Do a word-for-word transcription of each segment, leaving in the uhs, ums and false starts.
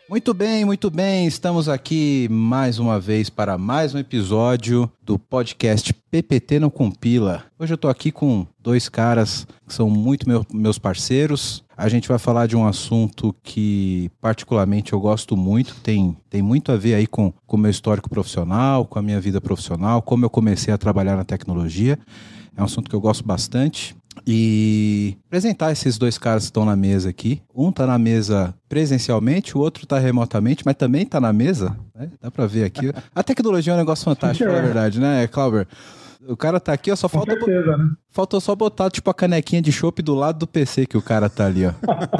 Muito bem, muito bem. Estamos aqui mais uma vez para mais um episódio do podcast P P T Não Compila. Hoje eu estou aqui com dois caras que são muito meu, meus parceiros. A gente vai falar de um assunto que particularmente eu gosto muito, tem, tem muito a ver aí com o meu histórico profissional, com a minha vida profissional, como eu comecei a trabalhar na tecnologia. É um assunto que eu gosto bastante. E apresentar esses dois caras que estão na mesa aqui. Um está na mesa presencialmente, o outro está remotamente, mas também está na mesa, né? Dá para ver aqui. A tecnologia é um negócio fantástico, na verdade, né, Clauber? O cara tá aqui, ó, só falta certeza, né? Faltou só botar tipo a canequinha de chopp do lado do P C que o cara tá ali, ó.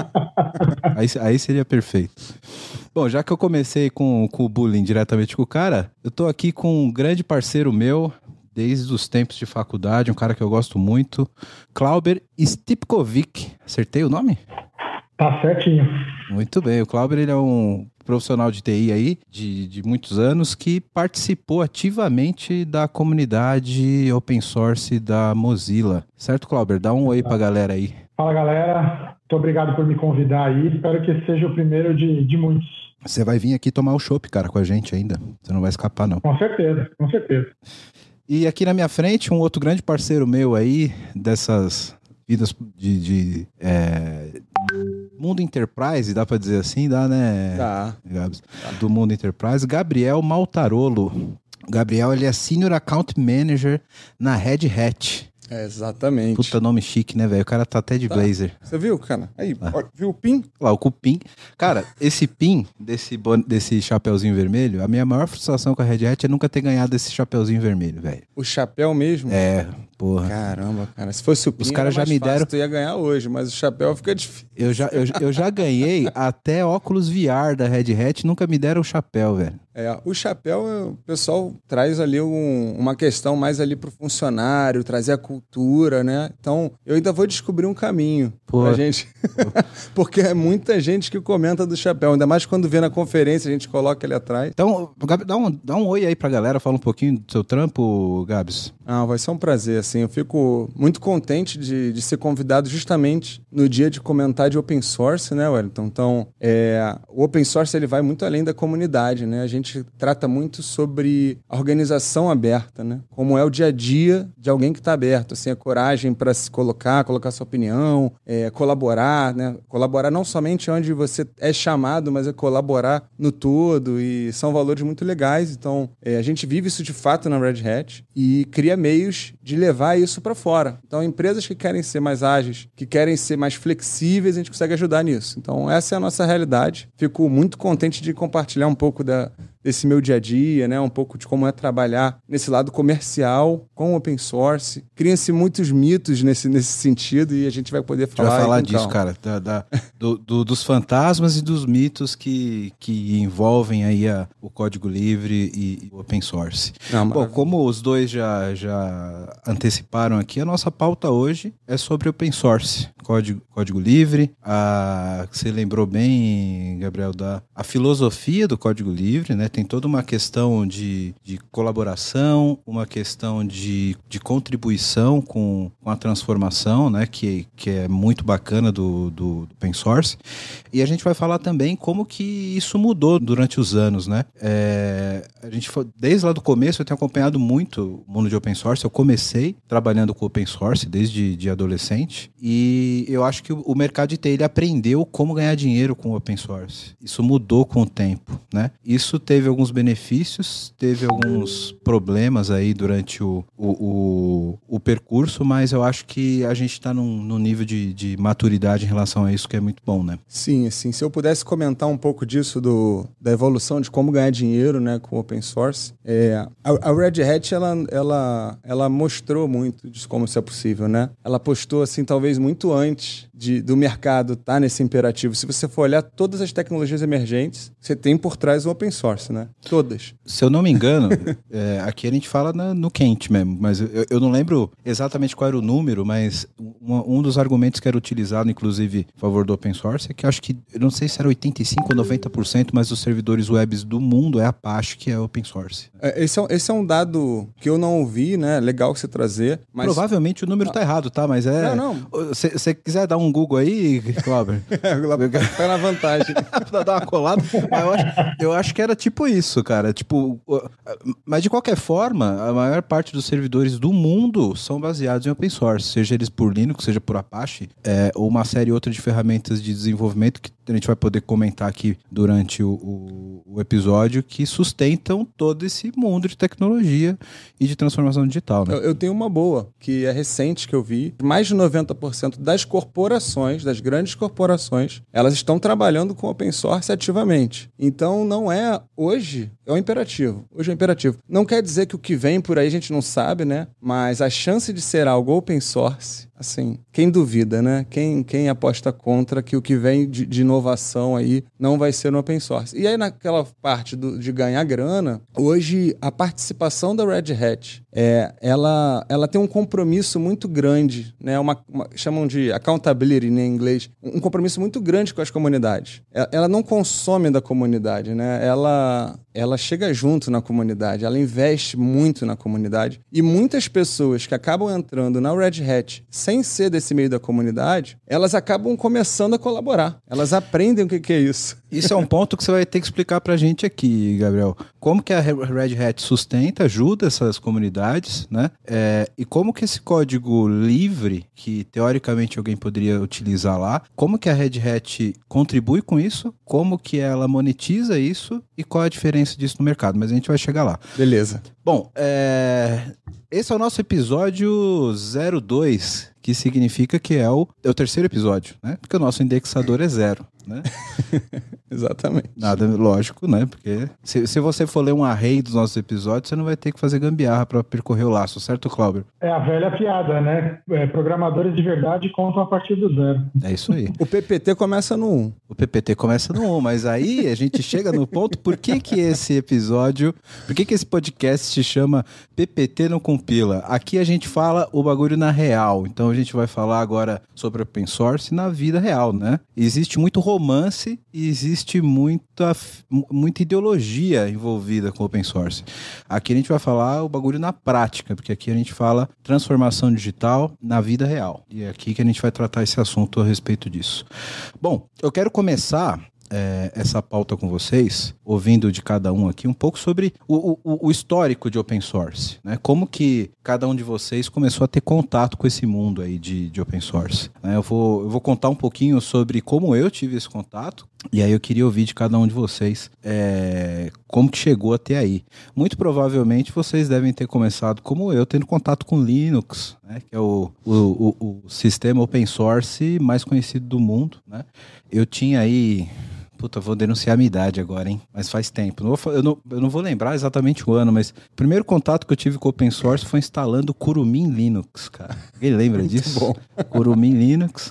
aí, aí seria perfeito. Bom, já que eu comecei com, com o bullying diretamente com o cara, eu tô aqui com um grande parceiro meu, desde os tempos de faculdade, um cara que eu gosto muito, Clauber Stipkovic. Acertei o nome? Tá certinho. Muito bem, o Clauber, ele é um profissional de T I aí, de, de muitos anos, que participou ativamente da comunidade open source da Mozilla. Certo, Clauber? Dá um oi pra galera aí. Fala, galera. Muito obrigado por me convidar aí. Espero que esse seja o primeiro de, de muitos. Você vai vir aqui tomar o chopp, cara, com a gente ainda. Você não vai escapar, não. Com certeza, com certeza. E aqui na minha frente, um outro grande parceiro meu aí, dessas vidas de, de é, mundo enterprise, dá pra dizer assim, dá, né? Tá. Gabs? Do mundo enterprise, Gabriel Maltarolo. Gabriel, ele é Senior Account Manager na Red Hat. É, exatamente. Puta nome chique, né, velho? O cara tá até de tá. blazer. Você viu, cara? Aí, ah. ó, viu o pin? Lá, o cupim. Cara, esse pin desse, bon... desse chapeuzinho vermelho, a minha maior frustração com a Red Hat é nunca ter ganhado esse chapeuzinho vermelho, velho. O chapéu mesmo? É, porra. Caramba, cara. Se fosse o pin, os caras já me fácil, deram. Tu ia ganhar hoje, mas o chapéu fica difícil. Eu já, eu, eu já ganhei até óculos V R da Red Hat, nunca me deram o chapéu, velho. É, o chapéu, o pessoal traz ali um, uma questão mais ali pro funcionário, trazer a cultura, né? Então, eu ainda vou descobrir um caminho Pô. pra gente. Porque é muita gente que comenta do chapéu, ainda mais quando vê na conferência, a gente coloca ele atrás. Então, Gabi, dá um, dá um oi aí pra galera, fala um pouquinho do seu trampo, Gabs. Ah, vai ser um prazer, assim. Eu fico muito contente de, de ser convidado justamente no dia de comentar de open source, né, Wellington? Então, é, o open source ele vai muito além da comunidade, né? A gente trata muito sobre a organização aberta, né? Como é o dia a dia de alguém que está aberto, assim, a coragem para se colocar, colocar sua opinião, é, colaborar, né? Colaborar não somente onde você é chamado, mas é colaborar no todo, e são valores muito legais. Então, é, a gente vive isso de fato na Red Hat e cria meios de levar isso para fora. Então, empresas que querem ser mais ágeis, que querem ser mais flexíveis, a gente consegue ajudar nisso. Então, essa é a nossa realidade. Fico muito contente de compartilhar um pouco da desse meu dia a dia, né? Um pouco de como é trabalhar nesse lado comercial com open source. Criam-se muitos mitos nesse, nesse sentido e a gente vai poder falar. vai falar aí, disso, então. cara. Da, da, do, do, dos fantasmas e dos mitos que, que envolvem aí a, o código livre e, e o open source. Não, Bom, como os dois já, já anteciparam aqui, a nossa pauta hoje é sobre open source, código, código livre. A, você lembrou bem, Gabriel, da a filosofia do código livre, né? Tem toda uma questão de, de colaboração, uma questão de, de contribuição com, com a transformação, né? Que, que é muito bacana do, do, do open source. E a gente vai falar também como que isso mudou durante os anos, né? É, a gente foi, desde lá do começo eu tenho acompanhado muito o mundo de open source. Eu comecei trabalhando com open source desde de adolescente e eu acho que o, o mercado de T I ele aprendeu como ganhar dinheiro com open source. Isso mudou com o tempo, né? Isso teve alguns benefícios, teve alguns problemas aí durante o, o, o, o percurso, mas eu acho que a gente está num, num nível de, de maturidade em relação a isso que é muito bom, né? Sim, assim, se eu pudesse comentar um pouco disso, do, da evolução de como ganhar dinheiro, né, com open source, é, a, a Red Hat, ela, ela, ela mostrou muito de como isso é possível, né? Ela postou, assim, talvez muito antes de, do mercado estar tá nesse imperativo. Se você for olhar todas as tecnologias emergentes, você tem por trás o open source. source, né? Todas. Se eu não me engano, é, aqui a gente fala na, no quente mesmo, mas eu, eu não lembro exatamente qual era o número, mas um, um dos argumentos que era utilizado, inclusive, a favor do open source, é que eu acho que, eu não sei se era oitenta e cinco por cento ou noventa por cento, mas os servidores webs do mundo é Apache, que é open source. É, esse, é, esse é um dado que eu não ouvi, né? Legal que você trazer. Mas... Provavelmente o número tá errado, tá? Mas é... Não, não. Se você quiser dar um Google aí, Cláudio... Tá na vantagem. Pra dar uma colada. Eu acho, eu acho que era tipo isso, cara. Tipo, mas de qualquer forma, a maior parte dos servidores do mundo são baseados em open source, seja eles por Linux, seja por Apache, é, ou uma série outra de ferramentas de desenvolvimento que a gente vai poder comentar aqui durante o, o, o episódio, que sustentam todo esse mundo de tecnologia e de transformação digital, né? Eu, eu tenho uma boa, que é recente que eu vi. Mais de noventa por cento das corporações, das grandes corporações, elas estão trabalhando com open source ativamente. Então não é hoje, é um imperativo. Hoje é um imperativo. Não quer dizer que o que vem por aí a gente não sabe, né? Mas a chance de ser algo open source, assim, quem duvida, né? Quem, quem aposta contra que o que vem de, de inovação aí não vai ser no open source. E aí naquela parte do, de ganhar grana, hoje a participação da Red Hat, é, ela, ela tem um compromisso muito grande, né? Uma, uma, chamam de accountability né, em inglês, um compromisso muito grande com as comunidades. Ela, ela não consome da comunidade, né? Ela, ela chega junto na comunidade, ela investe muito na comunidade e muitas pessoas que acabam entrando na Red Hat sem ser desse meio da comunidade, elas acabam começando a colaborar. Elas aprendem o que, que é isso. Isso é um ponto que você vai ter que explicar pra gente aqui, Gabriel. Como que a Red Hat sustenta, ajuda essas comunidades, né? É, e como que esse código livre, que teoricamente alguém poderia utilizar lá, como que a Red Hat contribui com isso, como que ela monetiza isso e qual a diferença disso no mercado. Mas a gente vai chegar lá. Beleza. Bom, é... esse é o nosso episódio zero dois, que significa que é o, é o terceiro episódio, né? Porque o nosso indexador é zero, né? Exatamente. Nada, lógico, né? Porque se, se você for ler um array dos nossos episódios, você não vai ter que fazer gambiarra para percorrer o laço, certo, Cláudio? É a velha piada, né? É, programadores de verdade contam a partir do zero. É isso aí. O P P T começa no um. O P P T começa no um, mas aí a gente chega no ponto, por que que esse episódio, por que que esse podcast se chama P P T não compila? Aqui a gente fala o bagulho na real, então a gente vai falar agora sobre open source na vida real, né? Existe muito romance e existe muita, muita ideologia envolvida com open source. Aqui a gente vai falar o bagulho na prática, porque aqui a gente fala transformação digital na vida real. E é aqui que a gente vai tratar esse assunto a respeito disso. Bom, eu quero começar É, essa pauta com vocês, ouvindo de cada um aqui um pouco sobre o, o, o histórico de open source, né? Como que cada um de vocês começou a ter contato com esse mundo aí de, de open source, né? Eu vou, eu vou contar um pouquinho sobre como eu tive esse contato, e aí eu queria ouvir de cada um de vocês é, como que chegou até aí. Muito provavelmente vocês devem ter começado como eu, tendo contato com Linux, né? Que é o, o, o, o sistema open source mais conhecido do mundo, né? Eu tinha aí... Puta, vou denunciar a minha idade agora, hein? Mas faz tempo. Não vou, eu, não, eu não vou lembrar exatamente o ano, mas o primeiro contato que eu tive com o open source foi instalando o Kurumin Linux, cara. Alguém lembra disso? Muito bom. Kurumin Linux.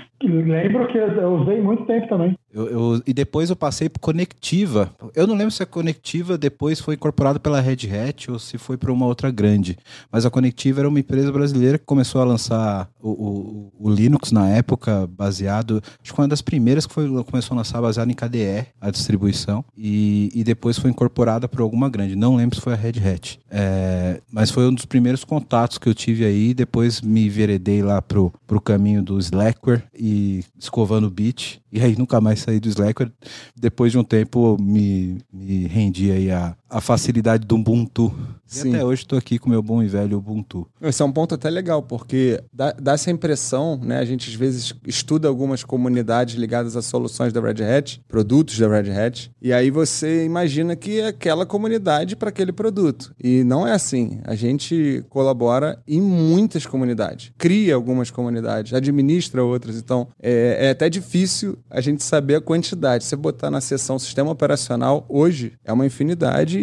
Lembro que eu usei muito tempo também. Eu, eu, e depois eu passei por Conectiva. Eu não lembro se a Conectiva depois foi incorporada pela Red Hat ou se foi para uma outra grande. Mas a Conectiva era uma empresa brasileira que começou a lançar o, o, o Linux na época, baseado... Acho que foi uma das primeiras que foi, começou a lançar baseado em K D E, a distribuição. E, e depois foi incorporada por alguma grande. Não lembro se foi a Red Hat. É, mas foi um dos primeiros contatos que eu tive aí. Depois me veredei lá pro, pro caminho do Slackware e escovando o bit. E aí nunca mais saí do Slackware. Depois de um tempo me, me rendi aí a, a facilidade do Ubuntu. E Sim. até hoje estou aqui com o meu bom e velho Ubuntu. Esse é um ponto até legal, porque dá, dá essa impressão, né? A gente às vezes estuda algumas comunidades ligadas a soluções da Red Hat, produtos da Red Hat, e aí você imagina que é aquela comunidade para aquele produto. E não é assim. A gente colabora em muitas comunidades, cria algumas comunidades, administra outras. Então, é, é até difícil a gente saber a quantidade. Se você botar na seção sistema operacional, hoje é uma infinidade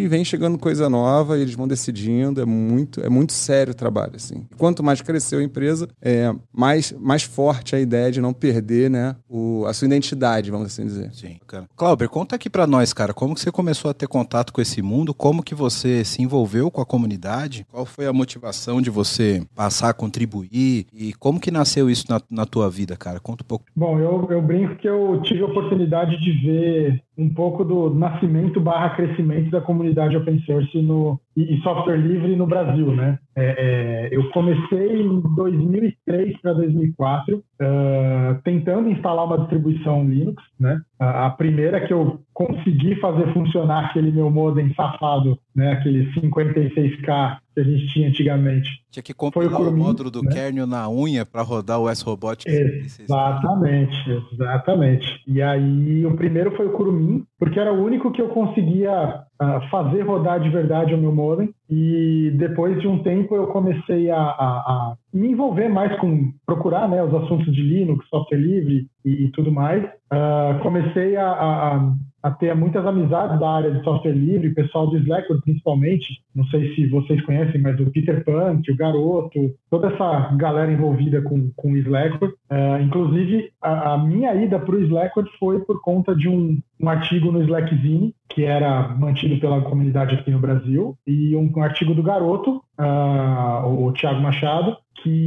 e vem chegando coisa nova, e eles vão decidindo, é muito, é muito sério o trabalho, assim. Quanto mais cresceu a empresa, é, mais, mais forte a ideia de não perder, né, o, a sua identidade, vamos assim dizer. Sim, cara. Cláudio, conta aqui pra nós, cara, como que você começou a ter contato com esse mundo, como que você se envolveu com a comunidade, qual foi a motivação de você passar a contribuir e como que nasceu isso na, na tua vida, cara? Conta um pouco. Bom, eu, eu brinco que eu tive a oportunidade de ver um pouco do nascimento barra crescimento da comunidade open source no, e, e software livre no Brasil, né? É, é, eu comecei em dois mil e três para dois mil e quatro uh, tentando instalar uma distribuição Linux, né? A, a primeira que eu consegui fazer funcionar aquele meu modem safado, né? Aquele cinquenta e seis K que a gente tinha antigamente. Tinha que compilar o, o módulo do, né, kernel na unha para rodar o S-Robotics. Exatamente, exatamente. E aí o primeiro foi o Kurumin, porque era o único que eu conseguia uh, fazer rodar de verdade o meu modem. E depois de um tempo eu comecei a, a, a me envolver mais com procurar, né, os assuntos de Linux, software livre e, e tudo mais. Uh, comecei a, a, a ter muitas amizades da área de software livre, pessoal do Slackware principalmente. Não sei se vocês conhecem, mas o Peter Punk, o Garoto, toda essa galera envolvida com, com o Slackware. Uh, inclusive, a, a minha ida para o Slackware foi por conta de um, um artigo no Slackzine, que era mantido pela comunidade aqui no Brasil, e um, um artigo do Garoto, uh, o, o Thiago Machado,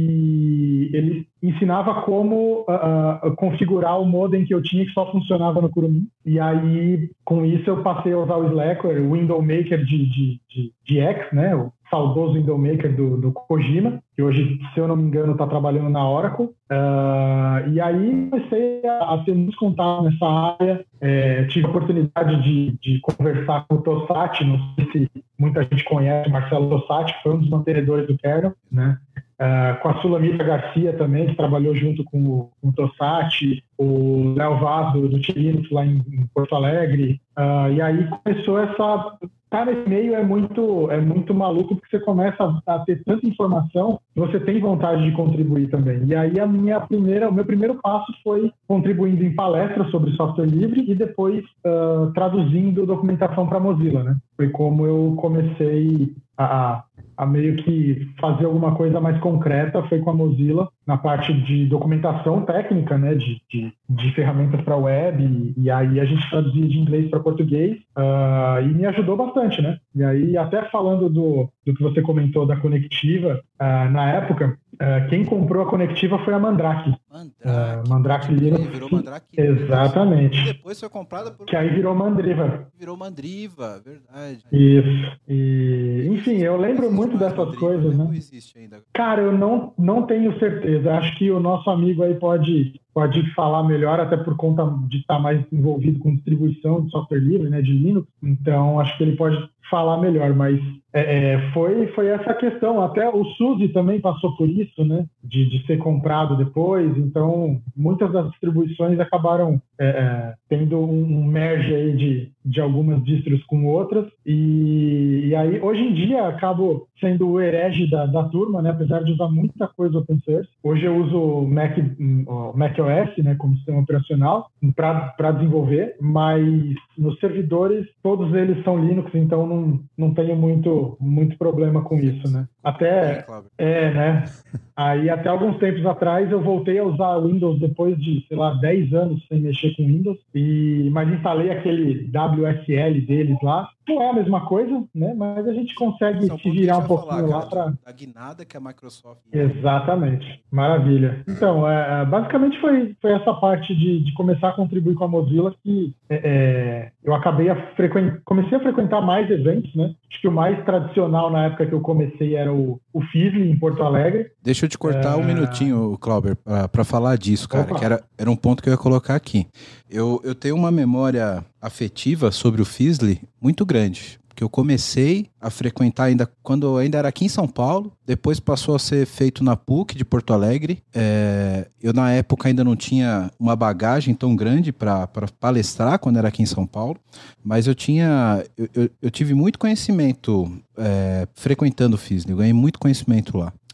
que ele ensinava como uh, uh, configurar o modem que eu tinha, que só funcionava no Kurumin. E aí, com isso, eu passei a usar o Slackware, o Window Maker de, de, de, de X, né? O saudoso Window Maker do, do Kojima, que hoje, se eu não me engano, está trabalhando na Oracle. Uh, e aí comecei a, a ter muitos contatos nessa área. É, tive a oportunidade de, de conversar com o Tossati, não sei se muita gente conhece o Marcelo Tossati, que foi um dos mantenedores do kernel, né? Uh, com a Sulamita Garcia também, que trabalhou junto com o, com o Tossati, o Léo Vaz do, do T-Linux lá em, em Porto Alegre. Uh, e aí começou essa... Estar nesse meio é muito, é muito maluco, porque você começa a, a ter tanta informação que você tem vontade de contribuir também. E aí a minha primeira, o meu primeiro passo foi contribuindo em palestras sobre software livre e depois uh, traduzindo documentação para Mozilla, né? Foi como eu comecei a, a meio que fazer alguma coisa mais concreta, foi com a Mozilla, na parte de documentação técnica, né, de, de, de ferramentas para web, e, e aí a gente traduzia de inglês para português, uh, e me ajudou bastante, né? E aí, até falando do, do que você comentou da Conectiva, uh, na época, uh, quem comprou a Conectiva foi a Mandrake. Mandrake. Uh, Mandrake Linux. Virou Mandrake. Exatamente. E depois foi comprada por... Que aí virou Mandriva. Virou Mandriva, verdade. Isso. E, enfim, eu lembro muito dessas Mandriva, coisas, né? Não existe ainda. Cara, eu não, não tenho certeza. Acho que o nosso amigo aí pode, pode falar melhor, até por conta de estar mais envolvido com distribuição de software livre, né, de Linux. Então, acho que ele pode falar melhor, mas é, foi, foi essa questão. Até o Suzy também passou por isso, né, de, de ser comprado depois. Então, muitas das distribuições acabaram é, tendo um merge aí de, de algumas distros com outras. E, e aí, hoje em dia, acabo sendo o herege da, da turma, né, apesar de usar muita coisa open source. Hoje eu uso o Mac, o macOS, né, como sistema operacional para desenvolver, mas nos servidores, todos eles são Linux, então não, não tenho muito, muito problema com isso, né? Até, é, né? Aí, até alguns tempos atrás, eu voltei a usar Windows depois de, sei lá, dez anos sem mexer com Windows, e, mas instalei aquele W S L deles lá. Não é a mesma coisa, né? Mas a gente consegue se virar um pouquinho falar, lá para... A guinada que a Microsoft... Exatamente. Maravilha. Então, é, basicamente foi, foi essa parte de, de começar a contribuir com a Mozilla que é, eu acabei a frequentar... Comecei a frequentar mais eventos, né? Acho que o mais tradicional na época que eu comecei era o, o Fizzly, em Porto Alegre. Deixa eu te cortar é... um minutinho, Cláudio, para falar disso, cara, Opa. que era, era um ponto que eu ia colocar aqui. Eu, eu tenho uma memória afetiva sobre o Fizzly muito grande, porque eu comecei a frequentar ainda quando eu ainda era aqui em São Paulo, depois passou a ser feito na P U C de Porto Alegre. É, eu na época ainda não tinha uma bagagem tão grande para palestrar quando era aqui em São Paulo, mas eu tinha, eu, eu, eu tive muito conhecimento é, frequentando o Fizzly, eu ganhei muito conhecimento lá.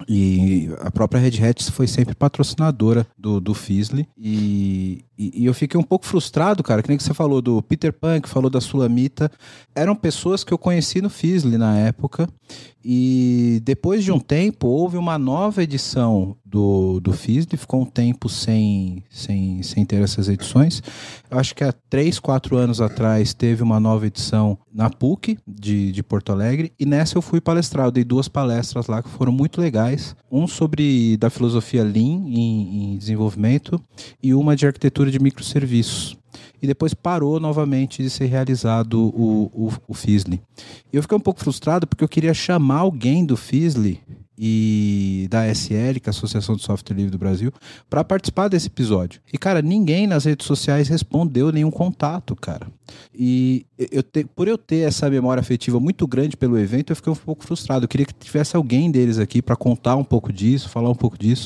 E a própria Red Hat foi sempre patrocinadora do, do Fizzly. E, e, e eu fiquei um pouco frustrado, cara, que nem que você falou do Peter Pan, que falou da Sulamita. Eram pessoas que eu conheci no Fizzly na época. E depois de um tempo, houve uma nova edição do, do Fizzly. Ficou um tempo sem, sem, sem ter essas edições. Eu acho que há três, quatro anos atrás teve uma nova edição na P U C de, de Porto Alegre. E nessa eu fui palestrar. Eu dei duas palestras lá que foram muito legais. Um sobre da filosofia Lean em, em desenvolvimento e uma de arquitetura de microserviços. E depois parou novamente de ser realizado o, o, o Fizzly. E eu fiquei um pouco frustrado porque eu queria chamar alguém do Fizzly e da A S L, que é a Associação de Software Livre do Brasil, para participar desse episódio. E, cara, ninguém nas redes sociais respondeu nenhum contato, cara. E eu te, por eu ter essa memória afetiva muito grande pelo evento, eu fiquei um pouco frustrado. Eu queria que tivesse alguém deles aqui para contar um pouco disso, falar um pouco disso.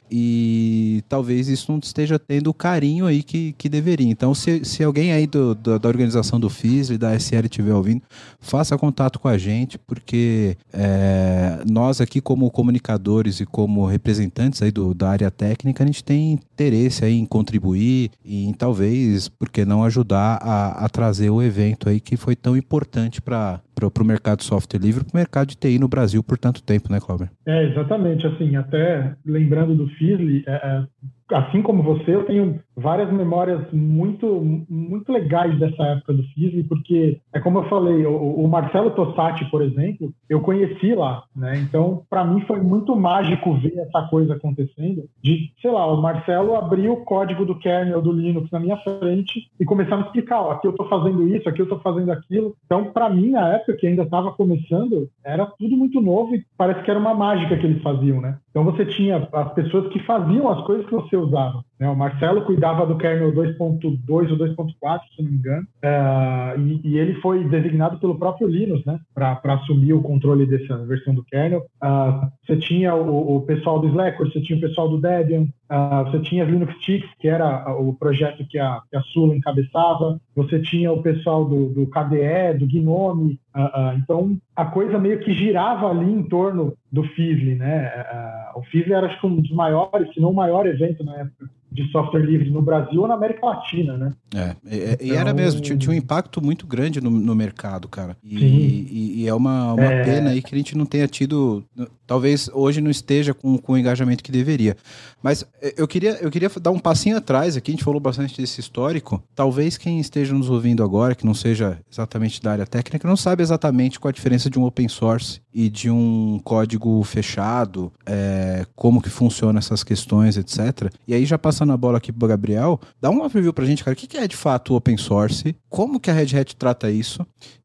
E talvez isso não esteja tendo o carinho aí que, que deveria. Então, se, se alguém aí do, do, da organização do Fizzly, da A S L estiver ouvindo, faça contato com a gente, porque é, nós aqui como comunicadores e como representantes aí do, da área técnica, a gente tem interesse aí em contribuir e em talvez, por que não, ajudar a, a trazer o evento aí que foi tão importante para o mercado de software livre, para o mercado de T I no Brasil por tanto tempo, né, Cláudio? É, exatamente. Assim, até lembrando do Fizzly, é, é, assim como você, eu tenho várias memórias muito, muito legais dessa época do Fizzly, porque, é como eu falei, o, o Marcelo Tossati, por exemplo, eu conheci lá, né? Então, para mim foi muito mágico ver essa coisa acontecendo, de, sei lá, o Marcelo abriu o código do kernel do Linux na minha frente e começar a me explicar, ó, aqui eu estou fazendo isso, aqui eu estou fazendo aquilo. Então, para mim, na época que ainda estava começando, era tudo muito novo e parece que era uma mágica que eles faziam, né? Então, você tinha as pessoas que faziam as coisas que você usava, né? O Marcelo cuidava do kernel dois ponto dois ou dois ponto quatro, se não me engano, uh, e, e ele foi designado pelo próprio Linux, né, para assumir o controle dessa versão do kernel. Uh, você tinha o, o pessoal do Slackware, você tinha o pessoal do Debian, uh, você tinha as Linux Ticks, que era o projeto que a, que a Sula encabeçava, você tinha o pessoal do, do K D E, do Gnome. Uh, uh, então, a coisa meio que girava ali em torno do Fizzly, né? Uh, o Fizzly era, acho que, um dos maiores, se não o maior evento na época de software livre no Brasil ou na América Latina, né? É, e, então... e era mesmo, tinha, tinha um impacto muito grande no, no mercado, cara. E, e, e é uma, uma é... pena aí que a gente não tenha tido, talvez hoje não esteja com, com o engajamento que deveria. Mas eu queria, eu queria dar um passinho atrás aqui, a gente falou bastante desse histórico. Talvez quem esteja nos ouvindo agora, que não seja exatamente da área técnica, não sabe exatamente qual a diferença de um open source e de um código fechado, é, como que funciona essas questões, etcétera. E aí, já passando a bola aqui pro Gabriel, dá uma preview pra gente, cara, o que é de fato o open source, como que a Red Hat trata isso,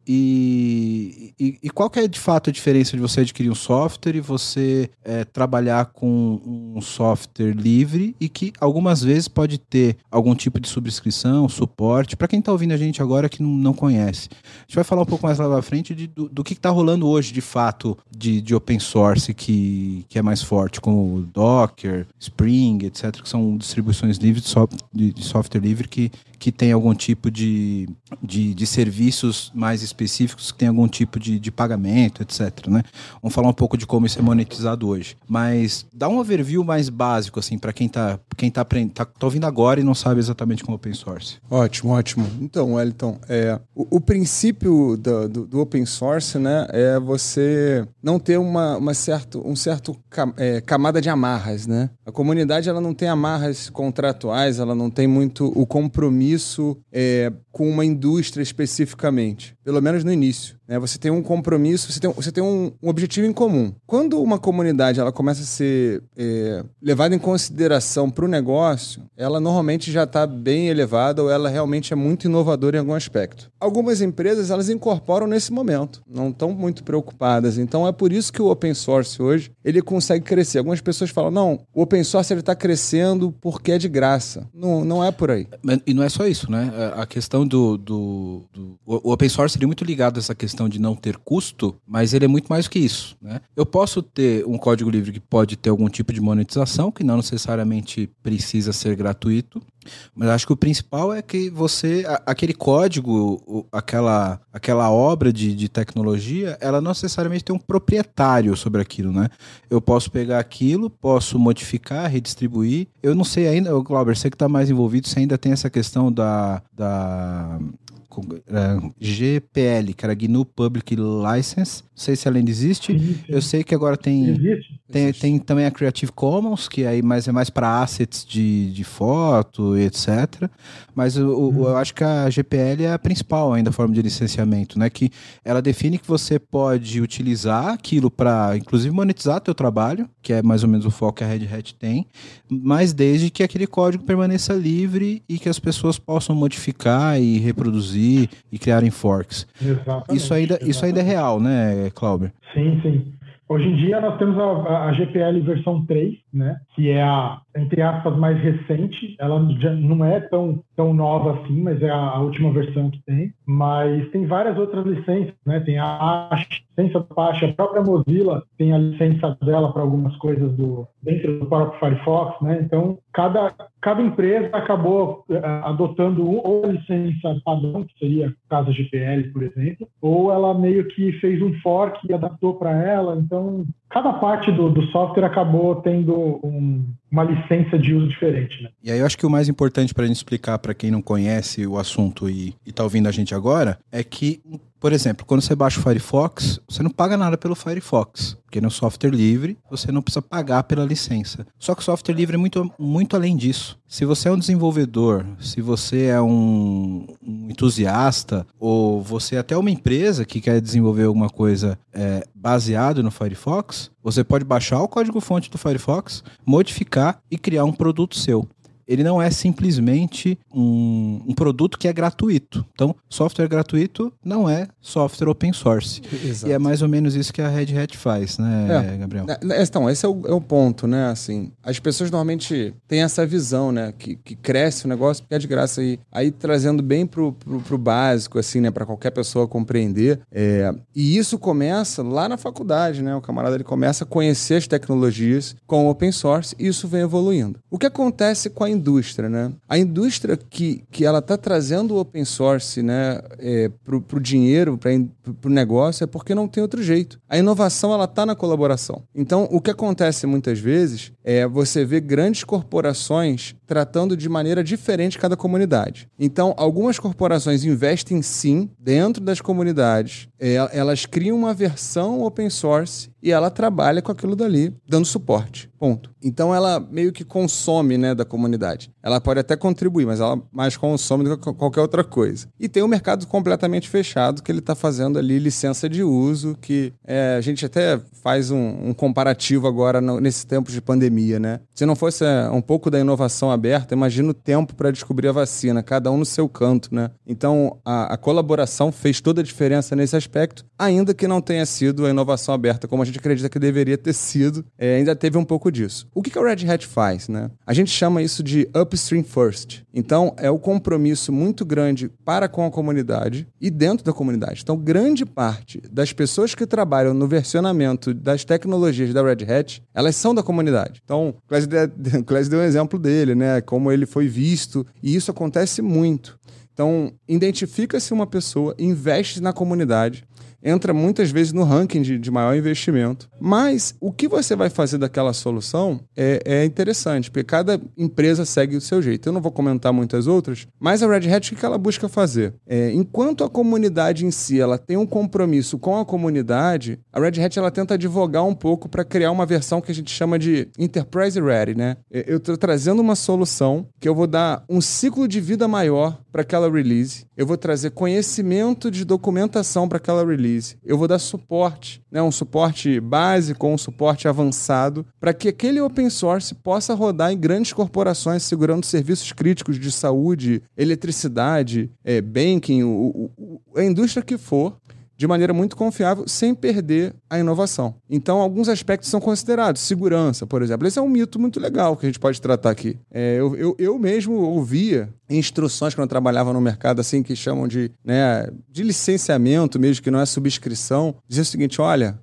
e, e, e qual que é de fato a diferença de você adquirir um software e você é, trabalhar com um software livre e que algumas vezes pode ter algum tipo de subscrição, suporte, para quem está ouvindo a gente agora que não, não conhece. A gente vai falar um pouco mais lá na frente de, do, do que está rolando hoje de fato de, de open source que, que é mais forte, como Docker, Spring, etcétera, que são distribuições livres de, so, de, de software livre que, que tem algum tipo de, de, de serviços mais específicos, que tem algum tipo de, de pagamento, etcétera, né? Vamos falar um pouco de como isso é monetizado hoje. Mas dá um overview mais básico, assim, para quem tá, quem tá, tá, tá ouvindo agora e não sabe exatamente como open source. Ótimo, ótimo. Então, Wellington, é, o, o princípio do, do, do open source, né, é você não ter uma, uma certo, um certo cam, é, camada de amarras, né? A comunidade, ela não tem amarras contratuais, ela não tem muito o compromisso é, com uma indústria especificamente. Pelo menos no início, né? Você tem um compromisso, você tem, você tem um, um objetivo em comum. Quando uma comunidade ela começa a ser é, levada em consideração para o negócio, ela normalmente já está bem elevada ou ela realmente é muito inovadora em algum aspecto. Algumas empresas, elas incorporam nesse momento, não estão muito preocupadas. Então, é por isso que o open source hoje, ele consegue crescer. Algumas pessoas falam, não, o open source está crescendo porque é de graça. Não, não é por aí. E não é só isso, né? A questão do... do, do o open source seria muito ligado a essa questão de não ter custo, mas ele é muito mais que isso, né? Eu posso ter um código livre que pode ter algum tipo de monetização, que não necessariamente precisa ser gratuito, mas acho que o principal é que você, aquele código, aquela, aquela obra de, de tecnologia, ela não necessariamente tem um proprietário sobre aquilo, né? Eu posso pegar aquilo, posso modificar, redistribuir. Eu não sei ainda, Glauber, você que está mais envolvido, você ainda tem essa questão da... da G P L, que era G N U Public License. Não sei se ela ainda existe. Sim, sim. Eu sei que agora tem, existe. Tem, existe. Tem também a Creative Commons, que aí mais, é mais para assets de, de foto, etcétera. Mas o, hum. eu acho que a G P L é a principal ainda forma de licenciamento, né? Que ela define que você pode utilizar aquilo para, inclusive, monetizar teu trabalho, que é mais ou menos o foco que a Red Hat tem, mas desde que aquele código permaneça livre e que as pessoas possam modificar e reproduzir e criarem forks. Exatamente, isso, ainda, exatamente. isso ainda é real, né, Glauber? Sim, sim. Hoje em dia nós temos a, a G P L versão três, né, que é a, entre aspas, mais recente. Ela já não é tão, tão nova assim, mas é a, a última versão que tem. Mas tem várias outras licenças, né? Tem a, a licença da Apache, a própria Mozilla tem a licença dela para algumas coisas do, dentro do próprio Firefox, né? Então, cada, cada empresa acabou uh, adotando um, ou a licença padrão, que seria o caso da G P L, por exemplo, ou ela meio que fez um fork e adaptou para ela. Então, cada parte do, do software acabou tendo um, uma licença de uso diferente, né? E aí eu acho que o mais importante para a gente explicar para quem não conhece o assunto e está ouvindo a gente agora é que, por exemplo, quando você baixa o Firefox, você não paga nada pelo Firefox, porque no software livre você não precisa pagar pela licença. Só que o software livre é muito, muito além disso. Se você é um desenvolvedor, se você é um, um entusiasta, ou você é até uma empresa que quer desenvolver alguma coisa é, baseado no Firefox, você pode baixar o código-fonte do Firefox, modificar e criar um produto seu. Ele não é simplesmente um, um produto que é gratuito. Então, software gratuito não é software open source. Exato. E é mais ou menos isso que a Red Hat faz, né, é. Gabriel? Então, esse é o, é o ponto, né? Assim, as pessoas normalmente têm essa visão, né? Que, que cresce o negócio porque é de graça. Aí, aí trazendo bem pro, pro, pro básico, assim, né? Para qualquer pessoa compreender. É, e isso começa lá na faculdade, né? O camarada ele começa a conhecer as tecnologias com o open source e isso vem evoluindo. O que acontece com a indústria, né? A indústria que, que ela está trazendo o open source, né, é, para o dinheiro, para o negócio, é porque não tem outro jeito. A inovação ela está na colaboração. Então, o que acontece muitas vezes é você ver grandes corporações tratando de maneira diferente cada comunidade. Então, algumas corporações investem sim dentro das comunidades, é, elas criam uma versão open source e ela trabalha com aquilo dali, dando suporte. Ponto. Então, ela meio que consome, né, da comunidade. Ela pode até contribuir, mas ela mais consome do que qualquer outra coisa. E tem um mercado completamente fechado que ele está fazendo ali licença de uso, que é, a gente até faz um, um comparativo agora no, nesse tempo de pandemia, né? Se não fosse é, um pouco da inovação aberta, imagina o tempo para descobrir a vacina, cada um no seu canto, né? Então, a, a colaboração fez toda a diferença nesse aspecto, ainda que não tenha sido a inovação aberta como a gente acredita que deveria ter sido, é, ainda teve um pouco disso. O que, que a Red Hat faz, né? A gente chama isso de upstream first. Então, é o compromisso muito grande para com a comunidade e dentro da comunidade. Então, grande parte das pessoas que trabalham no versionamento das tecnologias da Red Hat, elas são da comunidade. Então, o Clésio deu um exemplo dele, né? Como ele foi visto, e isso acontece muito. Então, identifica-se uma pessoa, investe na comunidade, entra muitas vezes no ranking de, de maior investimento. Mas o que você vai fazer daquela solução é, é interessante, porque cada empresa segue o seu jeito. Eu não vou comentar muitas outras, mas a Red Hat, o que ela busca fazer? É, enquanto a comunidade em si ela tem um compromisso com a comunidade, a Red Hat ela tenta advogar um pouco para criar uma versão que a gente chama de Enterprise Ready, né? Eu estou trazendo uma solução que eu vou dar um ciclo de vida maior para aquela release, eu vou trazer conhecimento de documentação para aquela release, eu vou dar suporte, né, um suporte básico ou um suporte avançado para que aquele open source possa rodar em grandes corporações segurando serviços críticos de saúde, eletricidade, é, banking, o, o, a indústria que for, de maneira muito confiável, sem perder a inovação. Então, alguns aspectos são considerados. Segurança, por exemplo. Esse é um mito muito legal que a gente pode tratar aqui. É, eu, eu, eu mesmo ouvia instruções quando eu trabalhava no mercado, assim, que chamam de, né, de licenciamento mesmo, que não é subscrição. Dizia o seguinte, olha,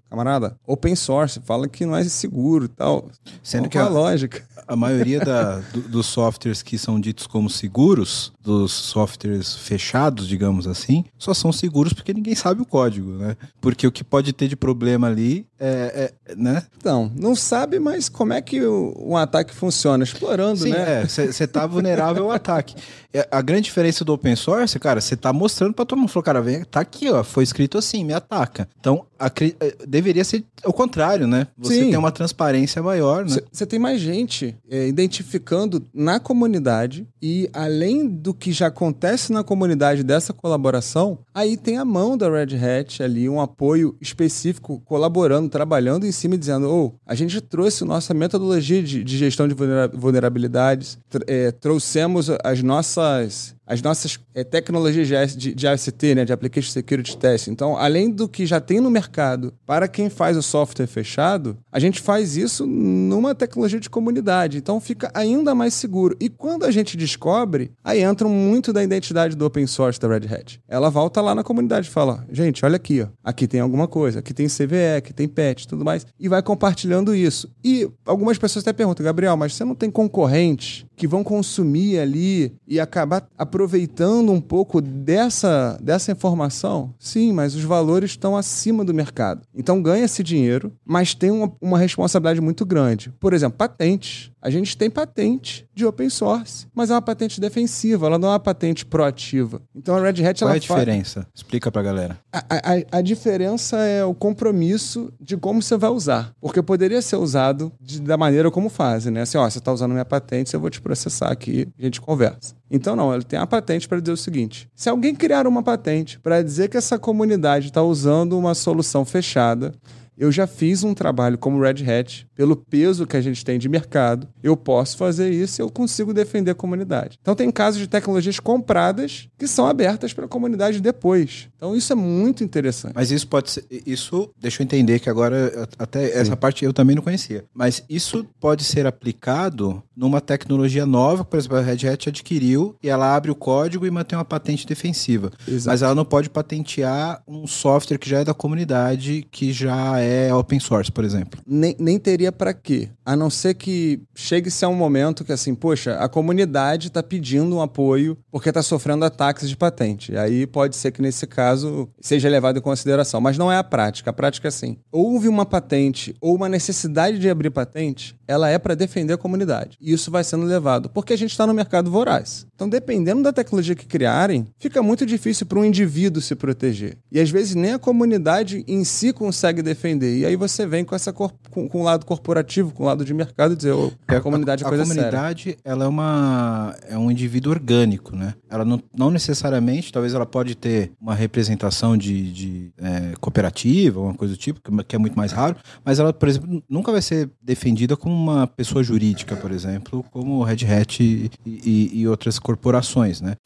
camarada, open source, fala que não é seguro e tal. Sendo Qual que é a, a lógica? A maioria da, do, dos softwares que são ditos como seguros, dos softwares fechados, digamos assim, só são seguros porque ninguém sabe o código, né? Porque o que pode ter de problema ali é, é né? Então, não sabe, mas como é que o, um ataque funciona? Explorando, Sim, né? Sim, é, você tá vulnerável ao ataque. A grande diferença do open source, cara, você tá mostrando pra todo mundo, falou, cara, vem, tá aqui, ó, foi escrito assim, me ataca. Então, a, deveria ser o contrário, né? Você Sim. tem uma transparência maior, né? Você tem mais gente é, identificando na comunidade e, além do que já acontece na comunidade dessa colaboração, aí tem a mão da Red Hat ali, um apoio específico, colaborando, trabalhando em cima e dizendo, oh, a gente trouxe nossa metodologia de, de gestão de vulnerabilidades, é, trouxemos as nossas as nossas é, tecnologias de, de A S T, né, de Application Security Testing. Então, além do que já tem no mercado para quem faz o software fechado, a gente faz isso numa tecnologia de comunidade. Então, fica ainda mais seguro. E quando a gente descobre, aí entra muito da identidade do open source da Red Hat. Ela volta lá na comunidade e fala, gente, olha aqui, ó, aqui tem alguma coisa, aqui tem C V E, aqui tem patch, tudo mais, e vai compartilhando isso. E algumas pessoas até perguntam, Gabriel, mas você não tem concorrentes que vão consumir ali e acabar aproveitando um pouco dessa, dessa informação? Sim, mas os valores estão acima do mercado. Então ganha-se dinheiro, mas tem uma, uma responsabilidade muito grande. Por exemplo, patentes. A gente tem patente de open source, mas é uma patente defensiva, ela não é uma patente proativa. Então a Red Hat... Qual ela é a diferença? Fa... Explica pra galera. A, a, a diferença é o compromisso de como você vai usar. Porque poderia ser usado de, da maneira como fazem, né? Assim, ó, você está usando minha patente, eu vou te processar aqui, a gente conversa. Então não, ele tem a patente para dizer o seguinte, se alguém criar uma patente para dizer que essa comunidade está usando uma solução fechada, eu já fiz um trabalho como Red Hat, pelo peso que a gente tem de mercado, eu posso fazer isso e eu consigo defender a comunidade. Então tem casos de tecnologias compradas que são abertas para a comunidade depois. Então isso é muito interessante. Mas isso pode ser, isso, deixa eu entender que agora, até Sim. essa parte eu também não conhecia, mas isso pode ser aplicado numa tecnologia nova, por exemplo, a Red Hat adquiriu e ela abre o código e mantém uma patente defensiva. Exato. Mas ela não pode patentear um software que já é da comunidade, que já é open source, por exemplo. Nem, nem teria para quê? A não ser que chegue-se a um momento que assim, poxa, a comunidade está pedindo um apoio porque está sofrendo ataques de patente. Aí pode ser que nesse caso seja levado em consideração, mas não é a prática. A prática é assim, houve uma patente ou uma necessidade de abrir patente, ela é para defender a comunidade. E isso vai sendo levado, porque a gente está no mercado voraz. Então, dependendo da tecnologia que criarem, fica muito difícil para um indivíduo se proteger. E às vezes nem a comunidade em si consegue defender. E aí você vem com essa cor- com, com o lado corporativo, com o lado de mercado e dizer, oh, a comunidade é coisa séria. A comunidade, ela é, uma, é um indivíduo orgânico, né? Ela não, não necessariamente, talvez ela pode ter uma representação de, de é, cooperativa, uma coisa do tipo, que é muito mais raro, mas ela, por exemplo, nunca vai ser defendida como uma pessoa jurídica, por exemplo, como Red Hat e, e, e outras corporações, né?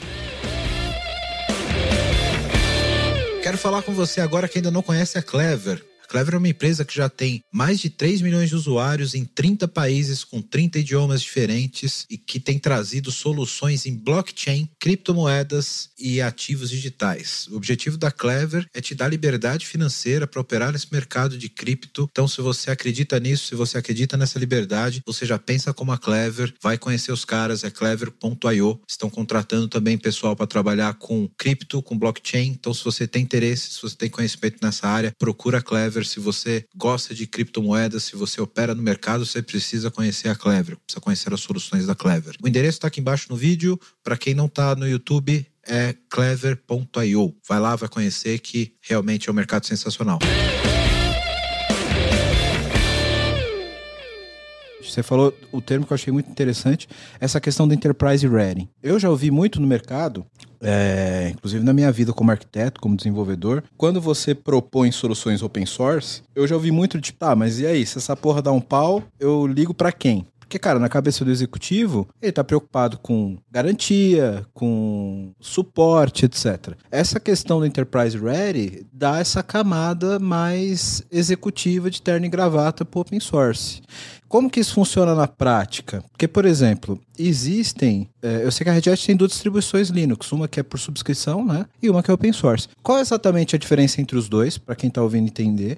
Quero falar com você agora que ainda não conhece a Clever. A Clever é uma empresa que já tem mais de três milhões de usuários em trinta países com trinta idiomas diferentes e que tem trazido soluções em blockchain, criptomoedas e ativos digitais. O objetivo da Clever é te dar liberdade financeira para operar nesse mercado de cripto. Então, se você acredita nisso, se você acredita nessa liberdade, você já pensa como a Clever, vai conhecer os caras, é clever ponto i o. Estão contratando também pessoal para trabalhar com cripto, com blockchain. Então, se você tem interesse, se você tem conhecimento nessa área, procura a Clever. Se você gosta de criptomoedas, se você opera no mercado, você precisa conhecer a Clever, precisa conhecer as soluções da Clever. O endereço está aqui embaixo no vídeo. Para quem não está no YouTube, é clever ponto i o. Vai lá, vai conhecer, que realmente é um mercado sensacional. Você falou o termo que eu achei muito interessante, essa questão do Enterprise Ready. Eu já ouvi muito no mercado, é, inclusive na minha vida como arquiteto, como desenvolvedor, quando você propõe soluções open source, eu já ouvi muito de, tá, mas e aí, se essa porra dá um pau, eu ligo pra quem? Porque, cara, na cabeça do executivo, ele tá preocupado com garantia, com suporte, etcétera. Essa questão do Enterprise Ready dá essa camada mais executiva de terno e gravata pro open source. Como que isso funciona na prática? Porque, por exemplo, existem... É, eu sei que a Red Hat tem duas distribuições Linux, uma que é por subscrição, né? E uma que é open source. Qual é exatamente a diferença entre os dois, para quem está ouvindo entender?